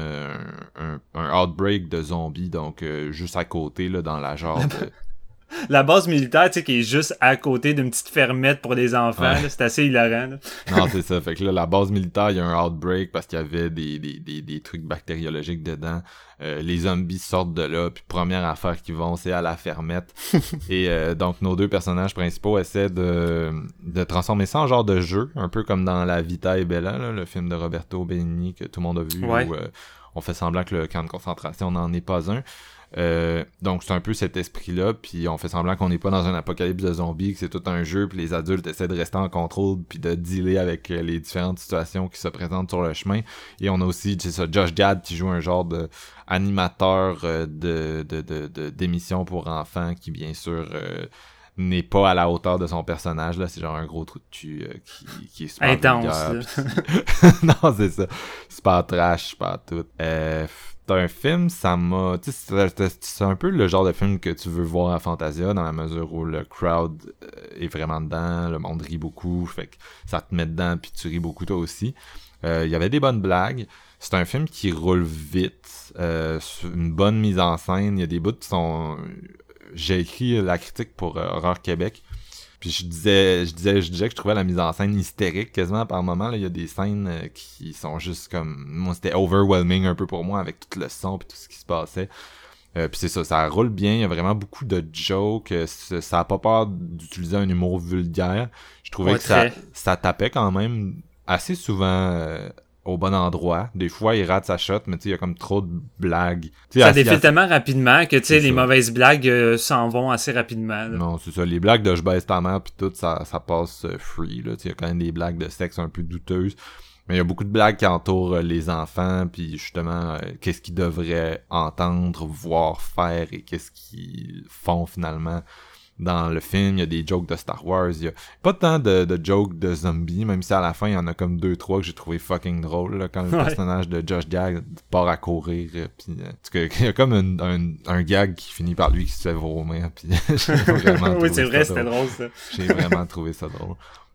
un outbreak de zombies, donc juste à côté, là, dans la genre de... La base militaire, tu sais, qui est juste à côté d'une petite fermette pour les enfants, ouais. là, c'est assez hilarant. Là. Non, c'est ça. Fait que là, la base militaire, il y a un outbreak parce qu'il y avait des trucs bactériologiques dedans. Les zombies sortent de là, puis première affaire qu'ils vont, c'est à la fermette. Et donc, nos deux personnages principaux essaient de transformer ça en genre de jeu, un peu comme dans La Vita e Bella, là, le film de Roberto Benigni que tout le monde a vu, ouais. où on fait semblant que le camp de concentration n'en est pas un. Donc c'est un peu cet esprit-là, puis on fait semblant qu'on n'est pas dans un apocalypse de zombies, que c'est tout un jeu, puis les adultes essaient de rester en contrôle, puis de dealer avec les différentes situations qui se présentent sur le chemin. Et on a aussi, c'est ça, Josh Gad qui joue un genre de animateur d'émission pour enfants qui bien sûr n'est pas à la hauteur de son personnage, là, c'est genre un gros trou de cul qui est super intense. Non, c'est ça, super trash, super tout. C'est un film, ça m'a... Tu sais, c'est un peu le genre de film que tu veux voir à Fantasia, dans la mesure où le crowd est vraiment dedans, le monde rit beaucoup, fait que ça te met dedans, puis tu ris beaucoup toi aussi. Il y avait des bonnes blagues. C'est un film qui roule vite, une bonne mise en scène. Il y a des bouts qui sont... J'ai écrit la critique pour Horreur Québec. Puis je disais que je trouvais la mise en scène hystérique quasiment par moment. Il y a des scènes qui sont juste comme... Moi, c'était overwhelming un peu pour moi avec tout le son et tout ce qui se passait. Puis c'est ça roule bien. Il y a vraiment beaucoup de jokes. Ça a pas peur d'utiliser un humour vulgaire. Je trouvais que ça tapait quand même assez souvent... au bon endroit. Des fois, il rate sa shot, mais tu sais, il y a comme trop de blagues. T'sais, ça défile tellement rapidement que, tu sais, les mauvaises blagues s'en vont assez rapidement. Là. Non, c'est ça. Les blagues de « je baisse ta mère » pis tout, ça passe free, là. Il y a quand même des blagues de sexe un peu douteuses. Mais il y a beaucoup de blagues qui entourent les enfants, puis justement, qu'est-ce qu'ils devraient entendre, voir, faire, et qu'est-ce qu'ils font finalement. Dans le film, il y a des jokes de Star Wars, il y a pas tant de jokes de zombies, même si à la fin, il y en a comme 2-3 que j'ai trouvé fucking drôle, là, quand le personnage de Josh Gad part à courir, pis il y a comme un gag qui finit par lui qui se fait vomir, pis j'ai vraiment oui, c'est vrai, c'était drôle, ça. J'ai vraiment trouvé ça drôle.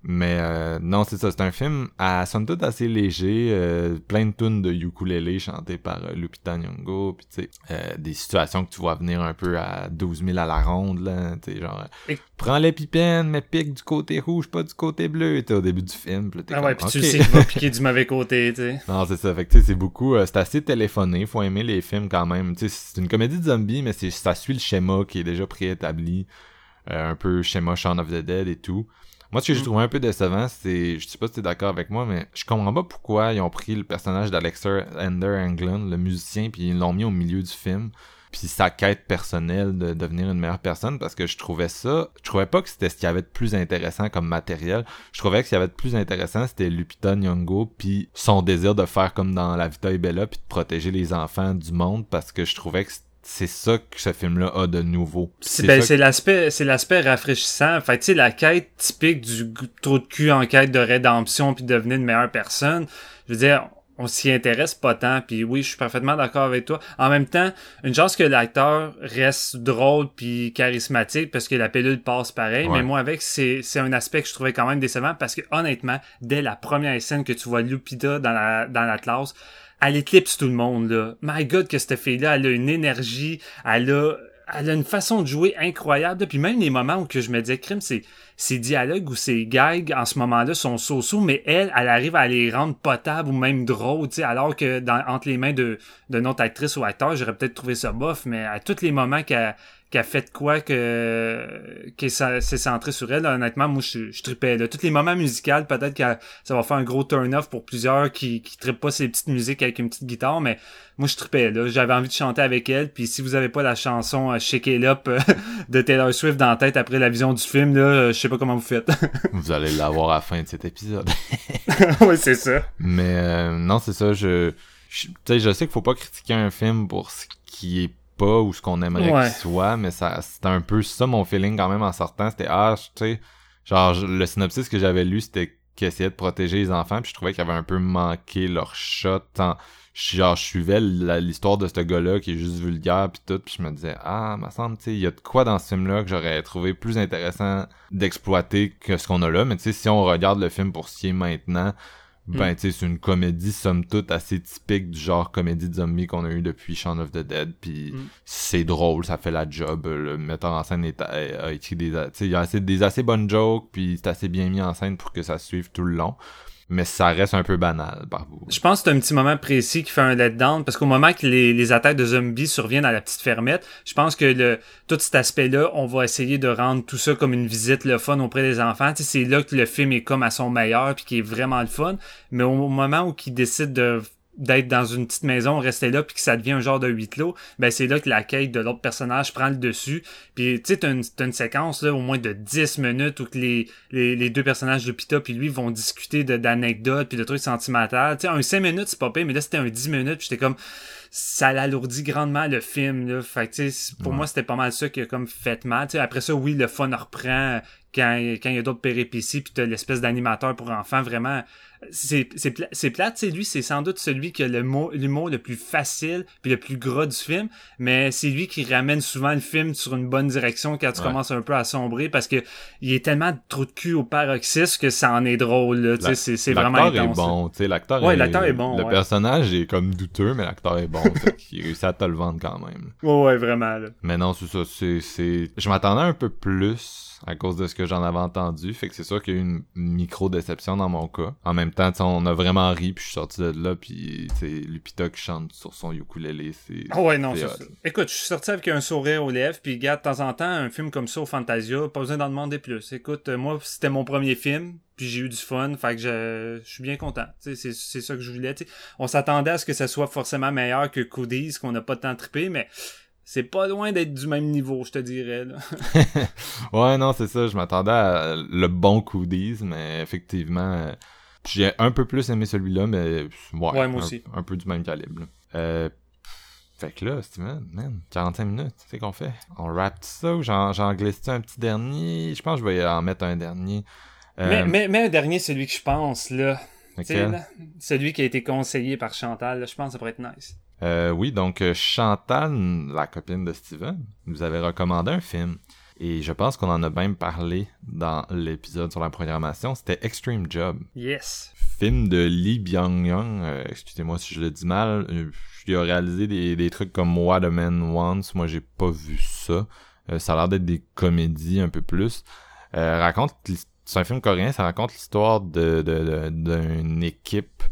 Mais non, c'est ça, c'est un film à somme toute assez léger, plein de tunes de ukulélé chantées par Lupita Nyong'o, puis tu sais, des situations que tu vois venir un peu à 12 000 à la ronde, là, tu sais, genre, prends l'épipène, mais pique du côté rouge, pas du côté bleu, tu sais, au début du film, pis t'es ouais, pis tu sais qu'il va piquer du mauvais côté, tu sais. Non, c'est ça, fait que tu sais, c'est beaucoup, c'est assez téléphoné, faut aimer les films quand même, tu sais, c'est une comédie de zombies, mais ça suit le schéma qui est déjà préétabli, un peu schéma Shaun of the Dead et tout. Moi, ce que j'ai trouvé un peu décevant, c'est... Je sais pas si t'es d'accord avec moi, mais je comprends pas pourquoi ils ont pris le personnage d'Alexander Englund, le musicien, puis ils l'ont mis au milieu du film. Puis sa quête personnelle de devenir une meilleure personne, parce que je trouvais pas que c'était ce qu'il y avait de plus intéressant comme matériel. Je trouvais que ce qu'il y avait de plus intéressant, c'était Lupita Nyong'o, puis son désir de faire comme dans La Vita e Bella, puis de protéger les enfants du monde, parce que je trouvais que c'est ça que ce film-là a de nouveau. C'est l'aspect rafraîchissant. Fait tu sais, la quête typique du trou de cul en quête de rédemption puis de devenir une meilleure personne, je veux dire, on s'y intéresse pas tant, puis oui, je suis parfaitement d'accord avec toi. En même temps, une chance que l'acteur reste drôle puis charismatique parce que la pilule passe pareil, mais moi avec, c'est un aspect que je trouvais quand même décevant parce que honnêtement, dès la première scène que tu vois Lupita dans l'Atlas, elle éclipse tout le monde, là. My God, que cette fille-là, elle a une énergie, elle a une façon de jouer incroyable, là. Puis même les moments où que je me disais, crime, ces dialogues ou ces gags, en ce moment-là, sont so-so, mais elle arrive à les rendre potables ou même drôles, tu sais, alors que entre les mains de notre actrice ou acteur, j'aurais peut-être trouvé ça bof, mais à tous les moments qu'elle fait de quoi que ça s'est centré sur elle, là, honnêtement, moi, je tripais, là. Tous les moments musicaux, peut-être que ça va faire un gros turn-off pour plusieurs qui trippent pas ces petites musiques avec une petite guitare, mais moi, je tripais, là. J'avais envie de chanter avec elle, puis si vous avez pas la chanson Shake It Up de Taylor Swift dans la tête après la vision du film, là, je sais pas comment vous faites. Vous allez l'avoir à la fin de cet épisode. Oui, c'est ça. Mais non, c'est ça, tu sais, je sais qu'il faut pas critiquer un film pour ce qui est pas ou ce qu'on aimerait qu'il soit, mais c'était un peu ça mon feeling quand même en sortant, c'était tu sais, genre le synopsis que j'avais lu, c'était qu'ils essayaient de protéger les enfants, puis je trouvais qu'ils avaient un peu manqué leur shot, je suivais l'histoire de ce gars-là qui est juste vulgaire pis tout, pis je me disais me semble, tu sais, il y a de quoi dans ce film-là que j'aurais trouvé plus intéressant d'exploiter que ce qu'on a là, mais tu sais, si on regarde le film pour ce qui est maintenant, ben, tu sais, c'est une comédie, somme toute, assez typique du genre comédie de zombie qu'on a eu depuis Shaun of the Dead, pis c'est drôle, ça fait la job, le metteur en scène a écrit tu sais, il y a des assez bonnes jokes, pis c'est assez bien mis en scène pour que ça suive tout le long. Mais ça reste un peu banal, par vous. Je pense que c'est un petit moment précis qui fait un letdown, parce qu'au moment que les attaques de zombies surviennent à la petite fermette, je pense que tout cet aspect-là, on va essayer de rendre tout ça comme une visite le fun auprès des enfants. Tu sais, c'est là que le film est comme à son meilleur, puis qui est vraiment le fun. Mais au moment où il décide d'être dans une petite maison, rester là, puis que ça devient un genre de huis clos, ben c'est là que la quête de l'autre personnage prend le dessus. Puis tu sais, t'as une séquence là au moins de 10 minutes où que les deux personnages de Pita puis lui vont discuter d'anecdotes puis de trucs sentimentaux. Tu sais, un 5 minutes c'est pas pire, mais là c'était un 10 minutes, puis j'étais comme ça l'alourdit grandement le film là. Fait que tu sais, pour moi c'était pas mal ça qui a comme fait mal. Tu sais, après ça oui, le fun reprend quand il y a d'autres péripéties, puis t'as l'espèce d'animateur pour enfants, vraiment c'est plate, tu sais, lui c'est sans doute celui qui a l'humour le plus facile puis le plus gras du film, mais c'est lui qui ramène souvent le film sur une bonne direction quand tu commences un peu à sombrer, parce que il est tellement trop de cul au paroxysme que ça en est drôle là, tu sais, c'est vraiment intense. L'acteur est bon, tu sais, l'acteur est bon. Le personnage est comme douteux, mais l'acteur est bon, il réussit à te le vendre quand même. Ouais, vraiment là. Mais non, c'est ça, je m'attendais un peu plus à cause de ce que j'en avais entendu, fait que c'est sûr qu'il y a eu une micro-déception dans mon cas. En même temps, on a vraiment ri, puis je suis sorti de là, puis Lupita qui chante sur son ukulélé, c'est... Ah ouais, non, c'est ça. Écoute, je suis sorti avec un sourire aux lèvres, puis regarde, de temps en temps, un film comme ça au Fantasia, pas besoin d'en demander plus. Écoute, moi, c'était mon premier film, puis j'ai eu du fun, fait que je suis bien content. C'est ça que je voulais, t'sais. On s'attendait à ce que ça soit forcément meilleur que Cooties, qu'on n'a pas tant trippé, mais... c'est pas loin d'être du même niveau, je te dirais, là. Ouais, non, c'est ça. Je m'attendais à le bon Cooties, mais effectivement, j'ai un peu plus aimé celui-là, mais ouais, moi aussi. Un peu du même calibre. Fait que là, Steven, man, 45 minutes, c'est qu'on fait. On wrap ça ou j'en glisse un petit dernier? Je pense que je vais en mettre un dernier. Mais un dernier, celui que je pense, là. Okay. Là, celui qui a été conseillé par Chantal, là, je pense que ça pourrait être nice. Oui, donc Chantal, la copine de Steven, nous avait recommandé un film. Et je pense qu'on en a même parlé dans l'épisode sur la programmation. C'était Extreme Job. Yes. Film de Lee Byung-young. Excusez-moi si je le dis mal. Il a réalisé des trucs comme What a Man Wants. Moi, j'ai pas vu ça. Ça a l'air d'être des comédies un peu plus. C'est un film coréen. Ça raconte l'histoire d'une équipe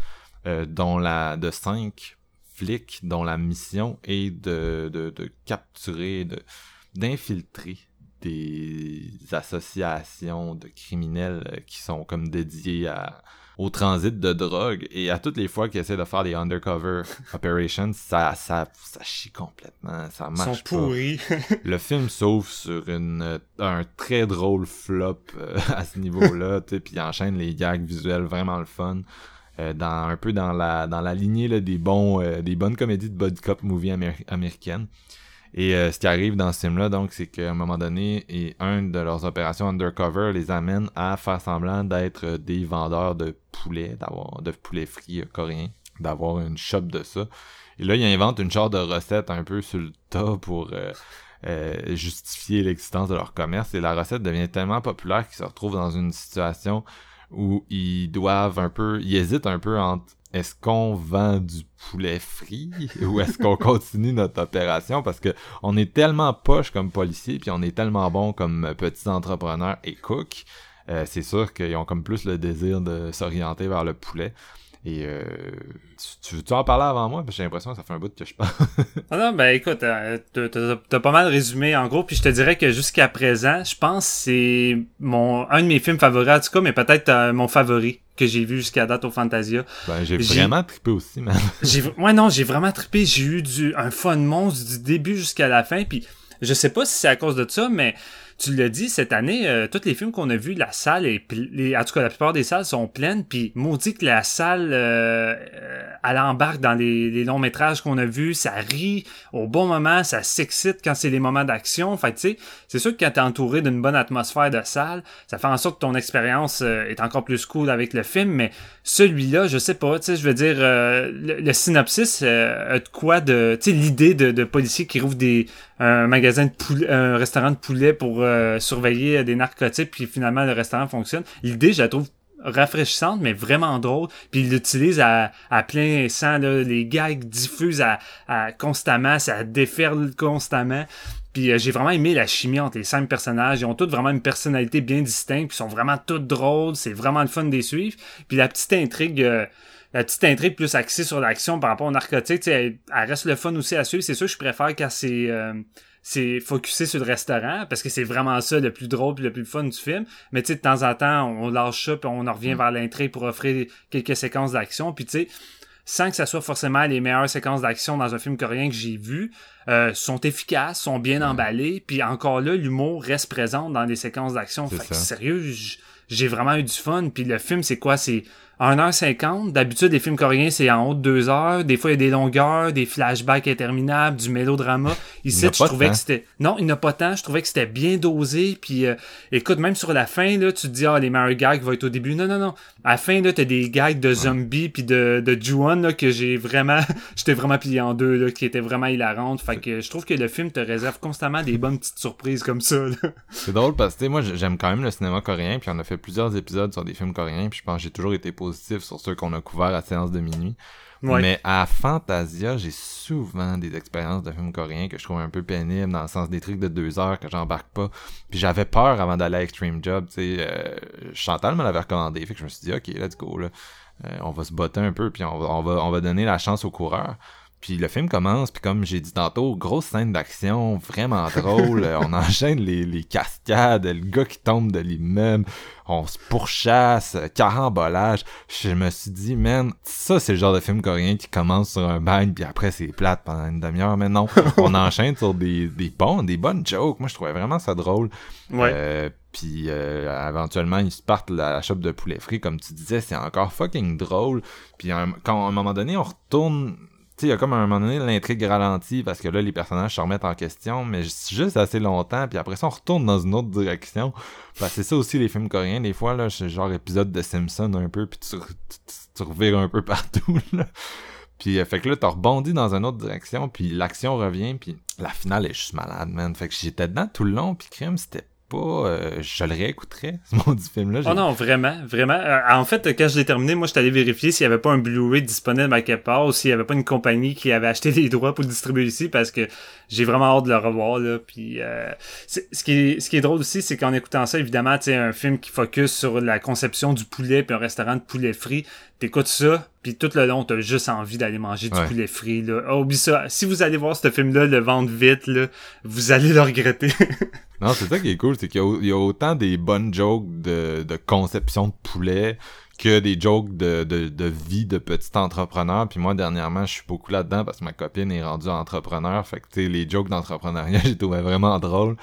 de 5 flics dont la mission est de capturer, d'infiltrer des associations de criminels qui sont comme dédiés au transit de drogue, et à toutes les fois qu'ils essaient de faire des undercover operations, ça chie complètement, ça marche pas. Ils sont pourris. Le film s'ouvre sur un très drôle flop à ce niveau-là, tu sais, puis il enchaîne les gags visuels vraiment le fun. Un peu dans la lignée là, des bonnes comédies de body cop movie américaines. Et ce qui arrive dans ce film-là, donc, c'est qu'à un moment donné, une de leurs opérations undercover les amène à faire semblant d'être des vendeurs de poulets, de poulets frits coréens, d'avoir une shop de ça. Et là, ils inventent une sorte de recette un peu sur le tas pour justifier l'existence de leur commerce. Et la recette devient tellement populaire qu'ils se retrouvent dans une situation où ils hésitent un peu entre est-ce qu'on vend du poulet frit ou est-ce qu'on continue notre opération, parce que on est tellement poche comme policiers puis on est tellement bon comme petits entrepreneurs et cooks, c'est sûr qu'ils ont comme plus le désir de s'orienter vers le poulet. Et tu veux-tu en parler avant moi? Parce que j'ai l'impression que ça fait un bout que je parle. Ah non, ben écoute, t'as pas mal résumé en gros, puis je te dirais que jusqu'à présent, je pense que c'est un de mes films favoris en tout cas, mais peut-être mon favori que j'ai vu jusqu'à date au Fantasia. Ben j'ai vraiment trippé aussi, man. J'ai vraiment trippé, j'ai eu un fun monstre du début jusqu'à la fin, puis je sais pas si c'est à cause de ça, mais tu l'as dit, cette année, tous les films qu'on a vus, la salle en tout cas, la plupart des salles sont pleines, puis maudit que la salle, elle embarque dans les longs métrages qu'on a vus, ça rit au bon moment, ça s'excite quand c'est les moments d'action. Fait tu sais, c'est sûr que quand t'es entouré d'une bonne atmosphère de salle, ça fait en sorte que ton expérience est encore plus cool avec le film, mais celui-là, je sais pas, tu sais, je veux dire, le synopsis a de quoi de, tu sais, l'idée de policiers qui rouvrent un magasin de poulet, un restaurant de poulet pour surveiller des narcotiques, puis finalement le restaurant fonctionne. L'idée, je la trouve rafraîchissante, mais vraiment drôle. Puis il l'utilise à plein sang, là, les gags diffusent à constamment, ça déferle constamment. Puis j'ai vraiment aimé la chimie entre les 5 personnages. Ils ont tous vraiment une personnalité bien distincte, puis ils sont vraiment tous drôles. C'est vraiment le fun de les suivre. Puis la petite intrigue plus axée sur l'action par rapport aux narcotiques, elle reste le fun aussi à suivre. C'est sûr que je préfère quand c'est focusé sur le restaurant, parce que c'est vraiment ça le plus drôle et le plus fun du film. Mais tu sais, de temps en temps, on lâche ça puis on en revient vers l'intrigue pour offrir quelques séquences d'action. Puis tu sais, sans que ça soit forcément les meilleures séquences d'action dans un film coréen que j'ai vu, sont efficaces, sont bien emballées, puis encore là, l'humour reste présent dans les séquences d'action. Fait que sérieux, j'ai vraiment eu du fun. Puis le film, c'est quoi? C'est 1h50. D'habitude, les films coréens, c'est en haut de 2 heures. Des fois, il y a des longueurs, des flashbacks interminables, du mélodrama. Ici, je trouvais que c'était... Non, il n'y en a pas tant. Je trouvais que c'était bien dosé. Puis, écoute, même sur la fin, là, tu te dis, les meilleurs gags vont être au début. Non. À la fin, là, t'as des gags de zombies puis de Ju-won, là, que j'étais vraiment plié en deux, là, qui étaient vraiment hilarantes. Fait que je trouve que le film te réserve constamment des bonnes petites surprises comme ça, là. C'est drôle parce que, moi, j'aime quand même le cinéma coréen, puis on a fait plusieurs épisodes sur des films coréens, puis je pense que j'ai toujours été positif sur ceux qu'on a couverts à Séance de minuit. Ouais. Mais à Fantasia, j'ai souvent des expériences de films coréens que je trouve un peu pénibles, dans le sens des trucs de 2 heures que j'embarque pas. Puis j'avais peur avant d'aller à Extreme Job, tu sais. Chantal me l'avait recommandé, fait que je me suis dit, ok, let's go, là. On va se botter un peu, puis on va donner la chance aux coureurs. Puis le film commence, puis comme j'ai dit tantôt, grosse scène d'action, vraiment drôle. On enchaîne les cascades, le gars qui tombe de l'immeuble, on se pourchasse, carambolage. Je me suis dit, man, ça c'est le genre de film coréen qui commence sur un bang, puis après c'est plate pendant une demi-heure. Mais non, on enchaîne sur des bonnes jokes. Moi je trouvais vraiment ça drôle. Ouais. Puis éventuellement ils se partent la shop de poulet frit, comme tu disais, c'est encore fucking drôle. Puis quand à un moment donné on retourne... Il y a comme à un moment donné l'intrigue ralentit parce que là les personnages se remettent en question, mais juste assez longtemps, puis après ça on retourne dans une autre direction. C'est ça aussi les films coréens, des fois là, c'est genre épisode de Simpson un peu, puis tu revires un peu partout là. Puis fait que là t'as rebondi dans une autre direction, puis l'action revient, puis la finale est juste malade, man. Fait que j'étais dedans tout le long, puis crime, c'était pas, je le réécouterais, ce maudit film-là. Oh non, vraiment. En fait, quand je l'ai terminé, moi, je suis allé vérifier s'il y avait pas un Blu-ray disponible à quelque part, ou s'il y avait pas une compagnie qui avait acheté les droits pour le distribuer ici, parce que j'ai vraiment hâte de le revoir, là. Puis, ce qui est drôle aussi, c'est qu'en écoutant ça, évidemment, tu sais, un film qui focus sur la conception du poulet, puis un restaurant de poulet frit, t'écoutes ça, puis tout le long, t'as juste envie d'aller manger du poulet frit, là. Oh, oublie ça. Si vous allez voir ce film-là, le vendre vite, là, vous allez le regretter. Non, c'est ça qui est cool, c'est qu'il y a autant des bonnes jokes de conception de poulet que des jokes de vie de petit entrepreneur. Puis moi, dernièrement, je suis beaucoup là-dedans parce que ma copine est rendue entrepreneur. Fait que, tu sais, les jokes d'entrepreneuriat, j'ai trouvé vraiment drôle.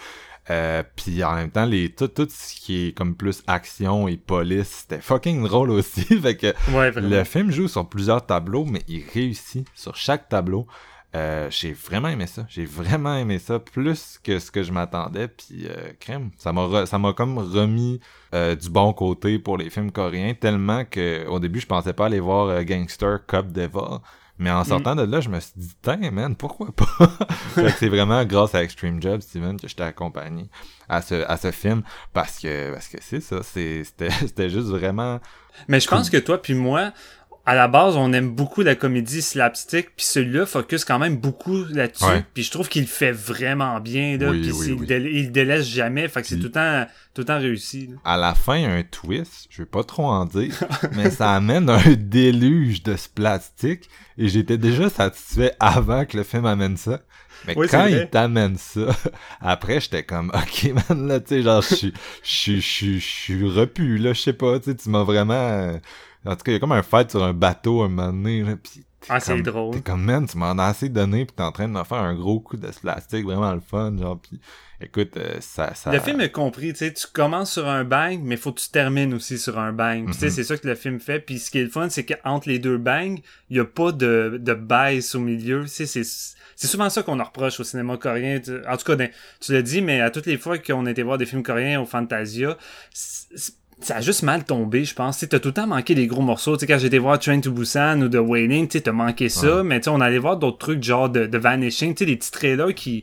Puis en même temps, tout ce qui est comme plus action et police, c'était fucking drôle aussi. Fait que le film joue sur plusieurs tableaux, mais il réussit sur chaque tableau J'ai vraiment aimé ça. J'ai vraiment aimé ça plus que ce que je m'attendais. Puis crème, ça m'a comme remis du bon côté pour les films coréens, tellement que au début je pensais pas aller voir Gangster Cop Deva. Mais en sortant de là, je me suis dit, tiens, man, pourquoi pas? Fait que c'est vraiment grâce à Extreme Job, Steven, que je t'ai accompagné à ce film. Parce que c'est ça, c'était juste vraiment... Mais je pense que toi puis moi, à la base, on aime beaucoup la comédie slapstick, puis celui-là focus quand même beaucoup là-dessus, puis je trouve qu'il le fait vraiment bien, là, puis il délaisse jamais, fait que c'est tout le temps réussi. Là. À la fin, il y a un twist, je vais pas trop en dire, mais ça amène un déluge de ce plastique, et j'étais déjà satisfait avant que le film amène ça. Mais quand il t'amène ça, après, j'étais comme, ok, man, là, tu sais, genre, je suis repu, là, je sais pas, tu sais, tu m'as vraiment... En tout cas, il y a comme un fight sur un bateau un moment donné, là, pis c'est drôle. T'es comme, man, tu m'en as assez donné, pis t'es en train de me faire un gros coup de plastique, vraiment le fun, genre, pis écoute, ça... Le film est compris, tu sais, tu commences sur un bang, mais faut que tu termines aussi sur un bang. Tu sais, c'est ça que le film fait, puis ce qui est le fun, c'est qu'entre les deux bangs, il y a pas de baisse au milieu, tu sais, c'est souvent ça qu'on en reproche au cinéma coréen. En tout cas, tu l'as dit, mais à toutes les fois qu'on a été voir des films coréens au Fantasia, ça a juste mal tombé, je pense. T'as tout le temps manqué les gros morceaux. T'sais, quand j'étais voir Train to Busan ou The Wailing, t'as manqué ça. Mais on allait voir d'autres trucs genre de Vanishing, des petits trailers qui...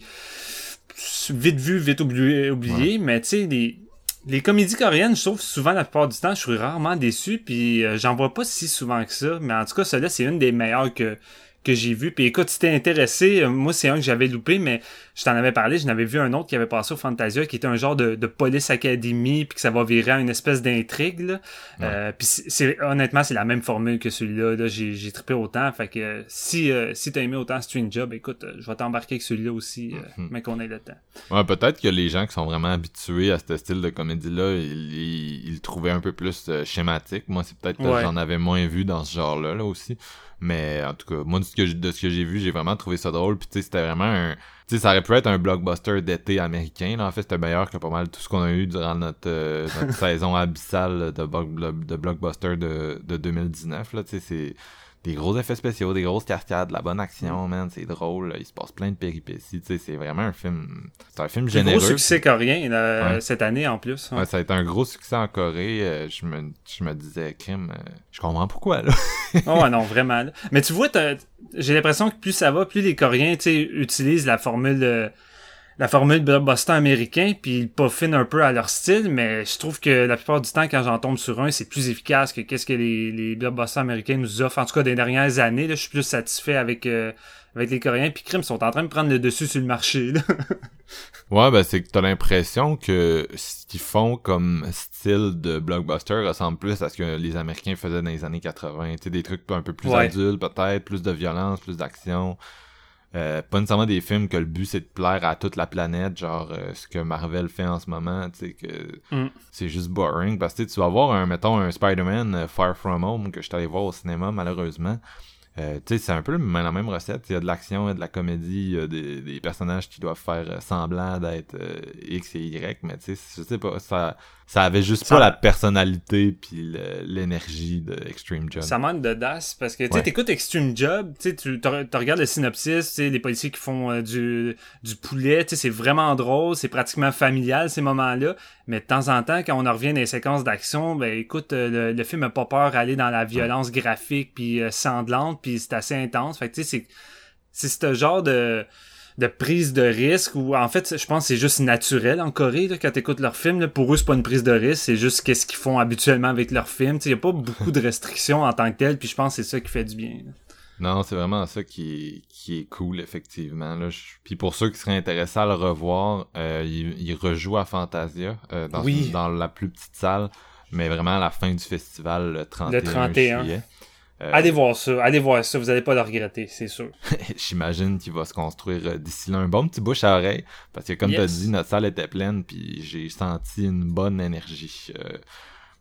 Vite vu, vite oublié. Mais tu sais, les comédies coréennes, je trouve souvent, la plupart du temps, je suis rarement déçu. Puis j'en vois pas si souvent que ça. Mais en tout cas, celle-là, c'est une des meilleures que j'ai vu. Puis écoute, si t'es intéressé, moi c'est un que j'avais loupé, mais je t'en avais parlé, je n'avais vu un autre qui avait passé au Fantasia, qui était un genre de Police Academy, puis que ça va virer à une espèce d'intrigue, là. Puis honnêtement, c'est la même formule que celui-là, là. J'ai trippé autant, fait que si t'as aimé autant String Job, écoute, je vais t'embarquer avec celui-là aussi, mais qu'on ait le temps. Ouais, peut-être que les gens qui sont vraiment habitués à ce style de comédie-là, ils le trouvaient un peu plus schématique. Moi, c'est peut-être que j'en avais moins vu dans ce genre-là, là aussi. Mais en tout cas, moi, de ce que j'ai vu, j'ai vraiment trouvé ça drôle. Puis tu sais, c'était vraiment tu sais, ça aurait pu être un blockbuster d'été américain. Là. En fait, c'était meilleur que pas mal tout ce qu'on a eu durant notre saison abyssale de blockbuster de 2019. Là. Tu sais, c'est des gros effets spéciaux, des grosses cascades, de la bonne action, man. C'est drôle. Là. Il se passe plein de péripéties. Tu sais, c'est vraiment un film... C'est un film généreux. C'est un gros succès coréen là, cette année, en plus. Ouais, ça a été un gros succès en Corée. Je me disais, crime, je comprends pourquoi, là. Oh ouais, non, vraiment. Là. Mais tu vois, j'ai l'impression que plus ça va, plus les Coréens, tu sais, utilisent la formule blockbuster américain, puis ils peaufinent un peu à leur style, mais je trouve que la plupart du temps, quand j'en tombe sur un, c'est plus efficace que qu'est-ce que les blockbusters américains nous offrent. En tout cas, des dernières années, là, je suis plus satisfait avec les Coréens, puis crime, sont en train de prendre le dessus sur le marché, là. Ouais, ben c'est que t'as l'impression que ce qu'ils font comme style de blockbuster ressemble plus à ce que les Américains faisaient dans les années 80. Tu sais, des trucs un peu plus adultes, peut-être, plus de violence, plus d'action. Pas nécessairement des films que le but c'est de plaire à toute la planète, genre ce que Marvel fait en ce moment, tu sais, que c'est juste boring. Parce que tu vas voir, mettons, un Spider-Man Far From Home que je suis allé voir au cinéma, malheureusement. Tu sais, c'est un peu la même recette. Il y a de l'action, il y a de la comédie, il y a des personnages qui doivent faire semblant d'être X et Y, mais tu sais, je sais pas, ça avait juste pas la personnalité puis l'énergie de Extreme Job. Ça manque d'audace parce que tu sais, t'écoutes Extreme Job, tu sais, tu regardes le synopsis, tu sais, les policiers qui font du poulet, tu sais, c'est vraiment drôle, c'est pratiquement familial ces moments-là, mais de temps en temps, quand on en revient dans les séquences d'action, ben écoute, le film a pas peur d'aller dans la violence graphique puis sanglante, puis c'est assez intense. Fait que tu sais, c'est ce genre de prise de risque où en fait je pense que c'est juste naturel en Corée là, quand t'écoutes leurs films là, pour eux c'est pas une prise de risque, c'est juste qu'est-ce qu'ils font habituellement avec leurs films. Il y a pas beaucoup de restrictions en tant que tel, puis je pense que c'est ça qui fait du bien là. Non, c'est vraiment ça qui est cool, effectivement. Là. Puis pour ceux qui seraient intéressés à le revoir, il rejoue à Fantasia dans la plus petite salle, mais vraiment à la fin du festival le 31 juillet. Allez voir ça, vous allez pas le regretter, c'est sûr. J'imagine qu'il va se construire d'ici là un bon petit bouche à oreille, parce que comme t'as dit, notre salle était pleine, puis j'ai senti une bonne énergie.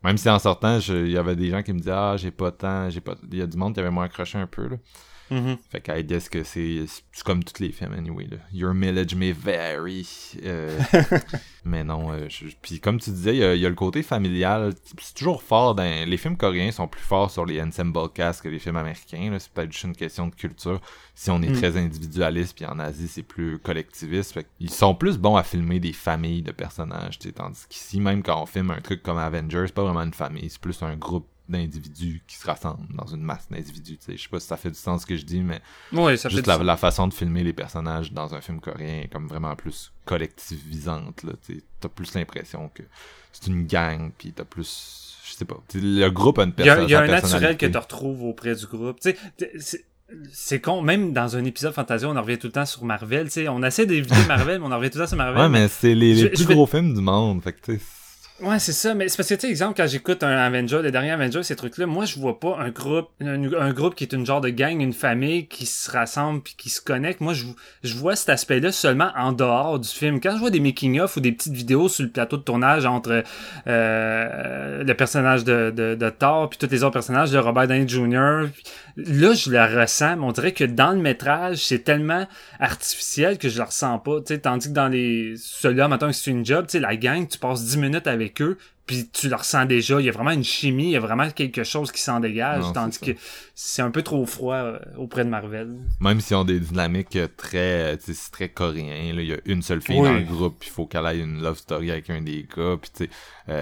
Même si en sortant, il y avait des gens qui me disaient « Ah, j'ai pas tant... » Il y a du monde qui avait moins accroché un peu, là. Mm-hmm. Fait que I guess que c'est comme tous les films, anyway, là. Your mileage may vary. Mais non, puis comme tu disais, il y a le côté familial. C'est toujours fort les films coréens sont plus forts sur les ensemble cast que les films américains, là. C'est peut-être juste une question de culture. Si on est très individualiste, puis en Asie, c'est plus collectiviste. Fait qu'ils sont plus bons à filmer des familles de personnages, tu sais. Tandis qu'ici, même quand on filme un truc comme Avengers, c'est pas vraiment une famille, c'est plus un groupe d'individus qui se rassemblent dans une masse d'individus, tu sais. Je sais pas si ça fait du sens ce que je dis, mais oui, ça juste la façon de filmer les personnages dans un film coréen est comme vraiment plus collectivisante, là, tu sais. T'as plus l'impression que c'est une gang, pis t'as plus, je sais pas, t'sais, le groupe a une personnalité. Il y a un naturel que tu retrouves auprès du groupe, tu sais. C'est con, même dans un épisode Fantasia, on en revient tout le temps sur Marvel, tu sais. On essaie d'éviter Marvel, mais on en revient tout le temps sur Marvel. Ouais, mais c'est les plus gros films du monde, fait que tu sais. Ouais, c'est ça, mais c'est parce que, tu sais, exemple, quand j'écoute un Avenger, le dernier Avenger, ces trucs-là, moi, je vois pas un groupe qui est une genre de gang, une famille qui se rassemble puis qui se connecte. Moi, je vois cet aspect-là seulement en dehors du film. Quand je vois des making-of ou des petites vidéos sur le plateau de tournage entre le personnage de Thor puis tous les autres personnages de Robert Downey Jr., là, je le ressens, mais on dirait que dans le métrage, c'est tellement artificiel que je le ressens pas, tu sais, tandis que dans ceux-là, maintenant que c'est une job, tu sais, la gang, tu passes 10 minutes avec eux, puis tu le ressens déjà, il y a vraiment une chimie, il y a vraiment quelque chose qui s'en dégage, non, tandis que c'est un peu trop froid auprès de Marvel. Même s'ils ont des dynamiques très, tu sais, c'est très coréen, là, il y a une seule fille dans le groupe, puis il faut qu'elle ait une love story avec un des gars, puis tu sais,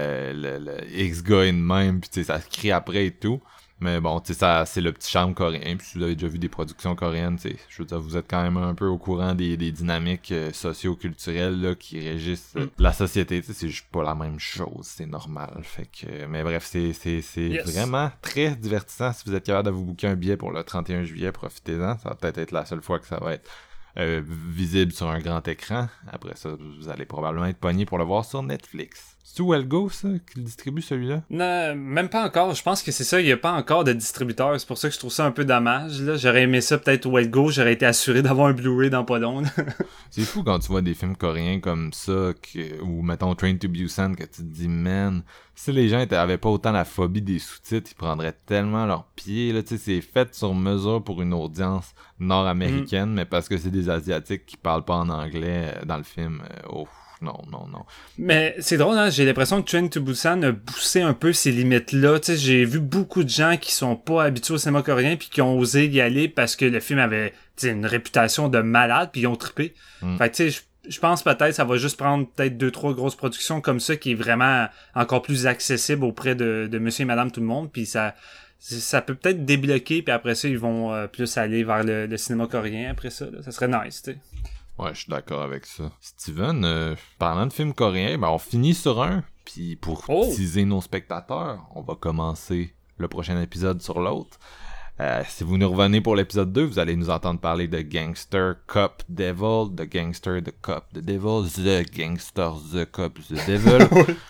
le X-gars est de même, puis tu sais, ça se crie après et tout. Mais bon, tu sais, ça, c'est le petit charme coréen. Puis si vous avez déjà vu des productions coréennes, tu sais, je veux dire, vous êtes quand même un peu au courant des dynamiques socio-culturelles là, qui régissent la société. Tu sais, c'est juste pas la même chose, c'est normal. Fait que, mais bref, c'est vraiment très divertissant. Si vous êtes capable de vous booker un billet pour le 31 juillet, profitez-en. Ça va peut-être être la seule fois que ça va être visible sur un grand écran. Après ça, vous allez probablement être pogné pour le voir sur Netflix. C'est Welgo, ça, qui le distribue, celui-là? Non, même pas encore. Je pense que c'est ça, il n'y a pas encore de distributeur. C'est pour ça que je trouve ça un peu dommage, là. J'aurais aimé ça peut-être Welgo, j'aurais été assuré d'avoir un Blu-ray dans pas long. C'est fou quand tu vois des films coréens comme ça, ou mettons Train to Busan, que tu te dis, man, si les gens avaient pas autant la phobie des sous-titres, ils prendraient tellement leurs pieds, là, tu sais, c'est fait sur mesure pour une audience nord-américaine, mais parce que c'est des Asiatiques qui parlent pas en anglais dans le film, non. Mais c'est drôle, hein? J'ai l'impression que Train to Busan a poussé un peu ces limites-là. Tu sais, j'ai vu beaucoup de gens qui sont pas habitués au cinéma coréen puis qui ont osé y aller parce que le film avait, tu sais, une réputation de malade puis ils ont trippé. Fait que tu sais, je pense peut-être ça va juste prendre peut-être 2-3 grosses productions comme ça qui est vraiment encore plus accessible auprès de monsieur et madame tout le monde puis ça peut peut-être débloquer puis après ça ils vont plus aller vers le cinéma coréen après ça. Là. Ça serait nice, tu sais. Ouais, je suis d'accord avec ça. Steven, parlant de films coréens, ben on finit sur un, puis pour teaser nos spectateurs, on va commencer le prochain épisode sur l'autre. Si vous nous revenez pour l'épisode 2, vous allez nous entendre parler de Gangster Cop Devil, de Gangster the Cop the Devil, The Gangster the Cop the Devil.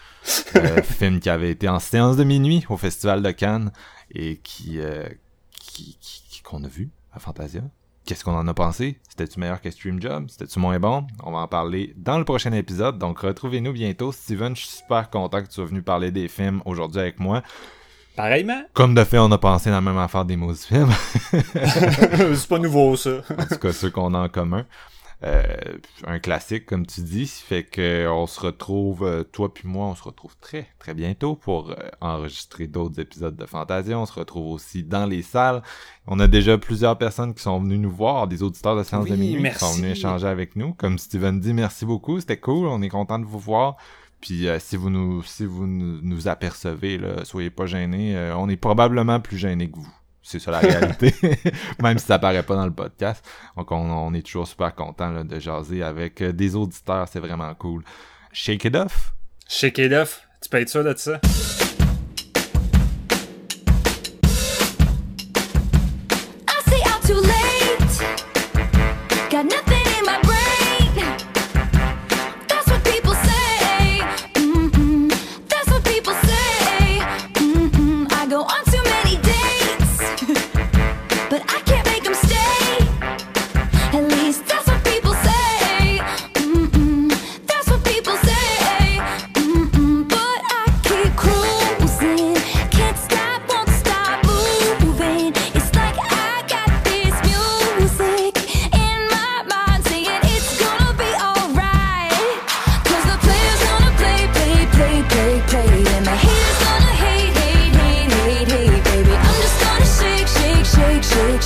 Film qui avait été en séance de minuit au Festival de Cannes et qu'on a vu à Fantasia. Qu'est-ce qu'on en a pensé? C'était-tu meilleur que Stream Job? C'était-tu moins bon? On va en parler dans le prochain épisode, donc retrouvez-nous bientôt. Steven, je suis super content que tu sois venu parler des films aujourd'hui avec moi. Pareillement. Comme de fait, on a pensé la même affaire des maudits films. C'est pas nouveau, ça. En tout cas, ceux qu'on a en commun. Un classique, comme tu dis, fait que on se retrouve, toi puis moi, on se retrouve très, très bientôt pour enregistrer d'autres épisodes de Fantasia. On se retrouve aussi dans les salles. On a déjà plusieurs personnes qui sont venues nous voir, des auditeurs de Séance de minuit qui sont venus échanger avec nous. Comme Steven dit, merci beaucoup, c'était cool, on est content de vous voir. Puis si vous nous apercevez, là, soyez pas gênés, on est probablement plus gênés que vous. C'est ça la réalité, même si ça paraît pas dans le podcast. Donc on est toujours super content de jaser avec des auditeurs, c'est vraiment cool. Shake it off. Shake it off. Tu peux être sûr de ça? Cruel.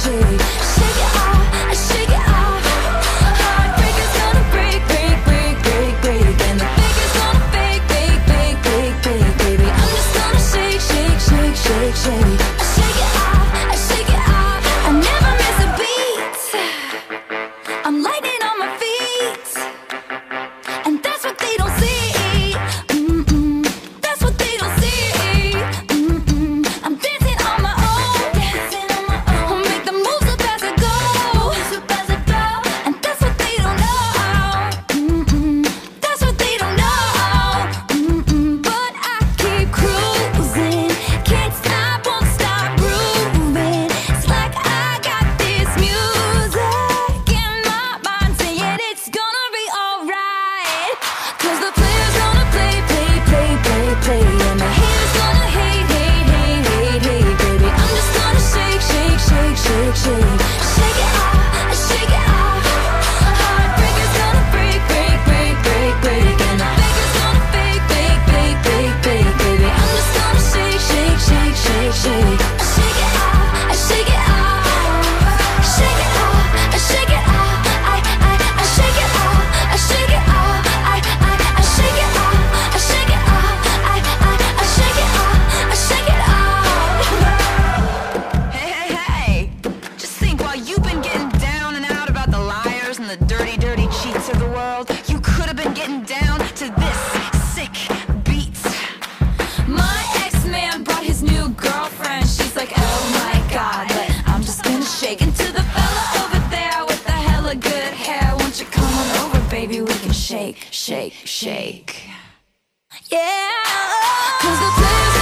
shake. Shake it off, shake it off. Heartbreaker's gonna break, break, break, break, break. And the faker's gonna fake, fake, fake, fake, fake, baby. I'm just gonna shake, shake, shake, shake, shake. I shake it off, I shake it off. I never miss a beat. I'm lightning on my feet, and that's what they don't see. That's what they don't see. I'm dancing on my own, dancing on my own. Make the moves up as I go, and that's what they don't know. That's what they don't know. But I keep cruising, can't stop, won't stop grooving. It's like I got this music in my mind saying it's gonna be alright. 'Cause the player's gonna play, play, play, play, play. And the haters gonna hate, hate, hate, hate, hate, baby. I'm just gonna shake, shake, shake, shake, shake. Shake it off, shake it off. Heartbreaker's gonna break, break, break, break, break. And the faker's gonna fake, fake, fake, fake, fake, baby. I'm just gonna shake, shake, shake, shake, shake. Shake it off, shake it off. Shake it off, shake it off. I shake it off, shake it off. I shake it off, shake it off. I shake it off, shake it off. Hey, hey, hey! Just think, while you've been getting down and out about the liars and the dirty, dirty cheats of the world, you could have been getting down to this sick beat. My ex-man brought his new girlfriend. She's like, oh my god, but I'm just gonna shake into the fella over there with the hella good hair. Won't you come on over, baby? We can shake, shake, shake. Yeah, 'cause the players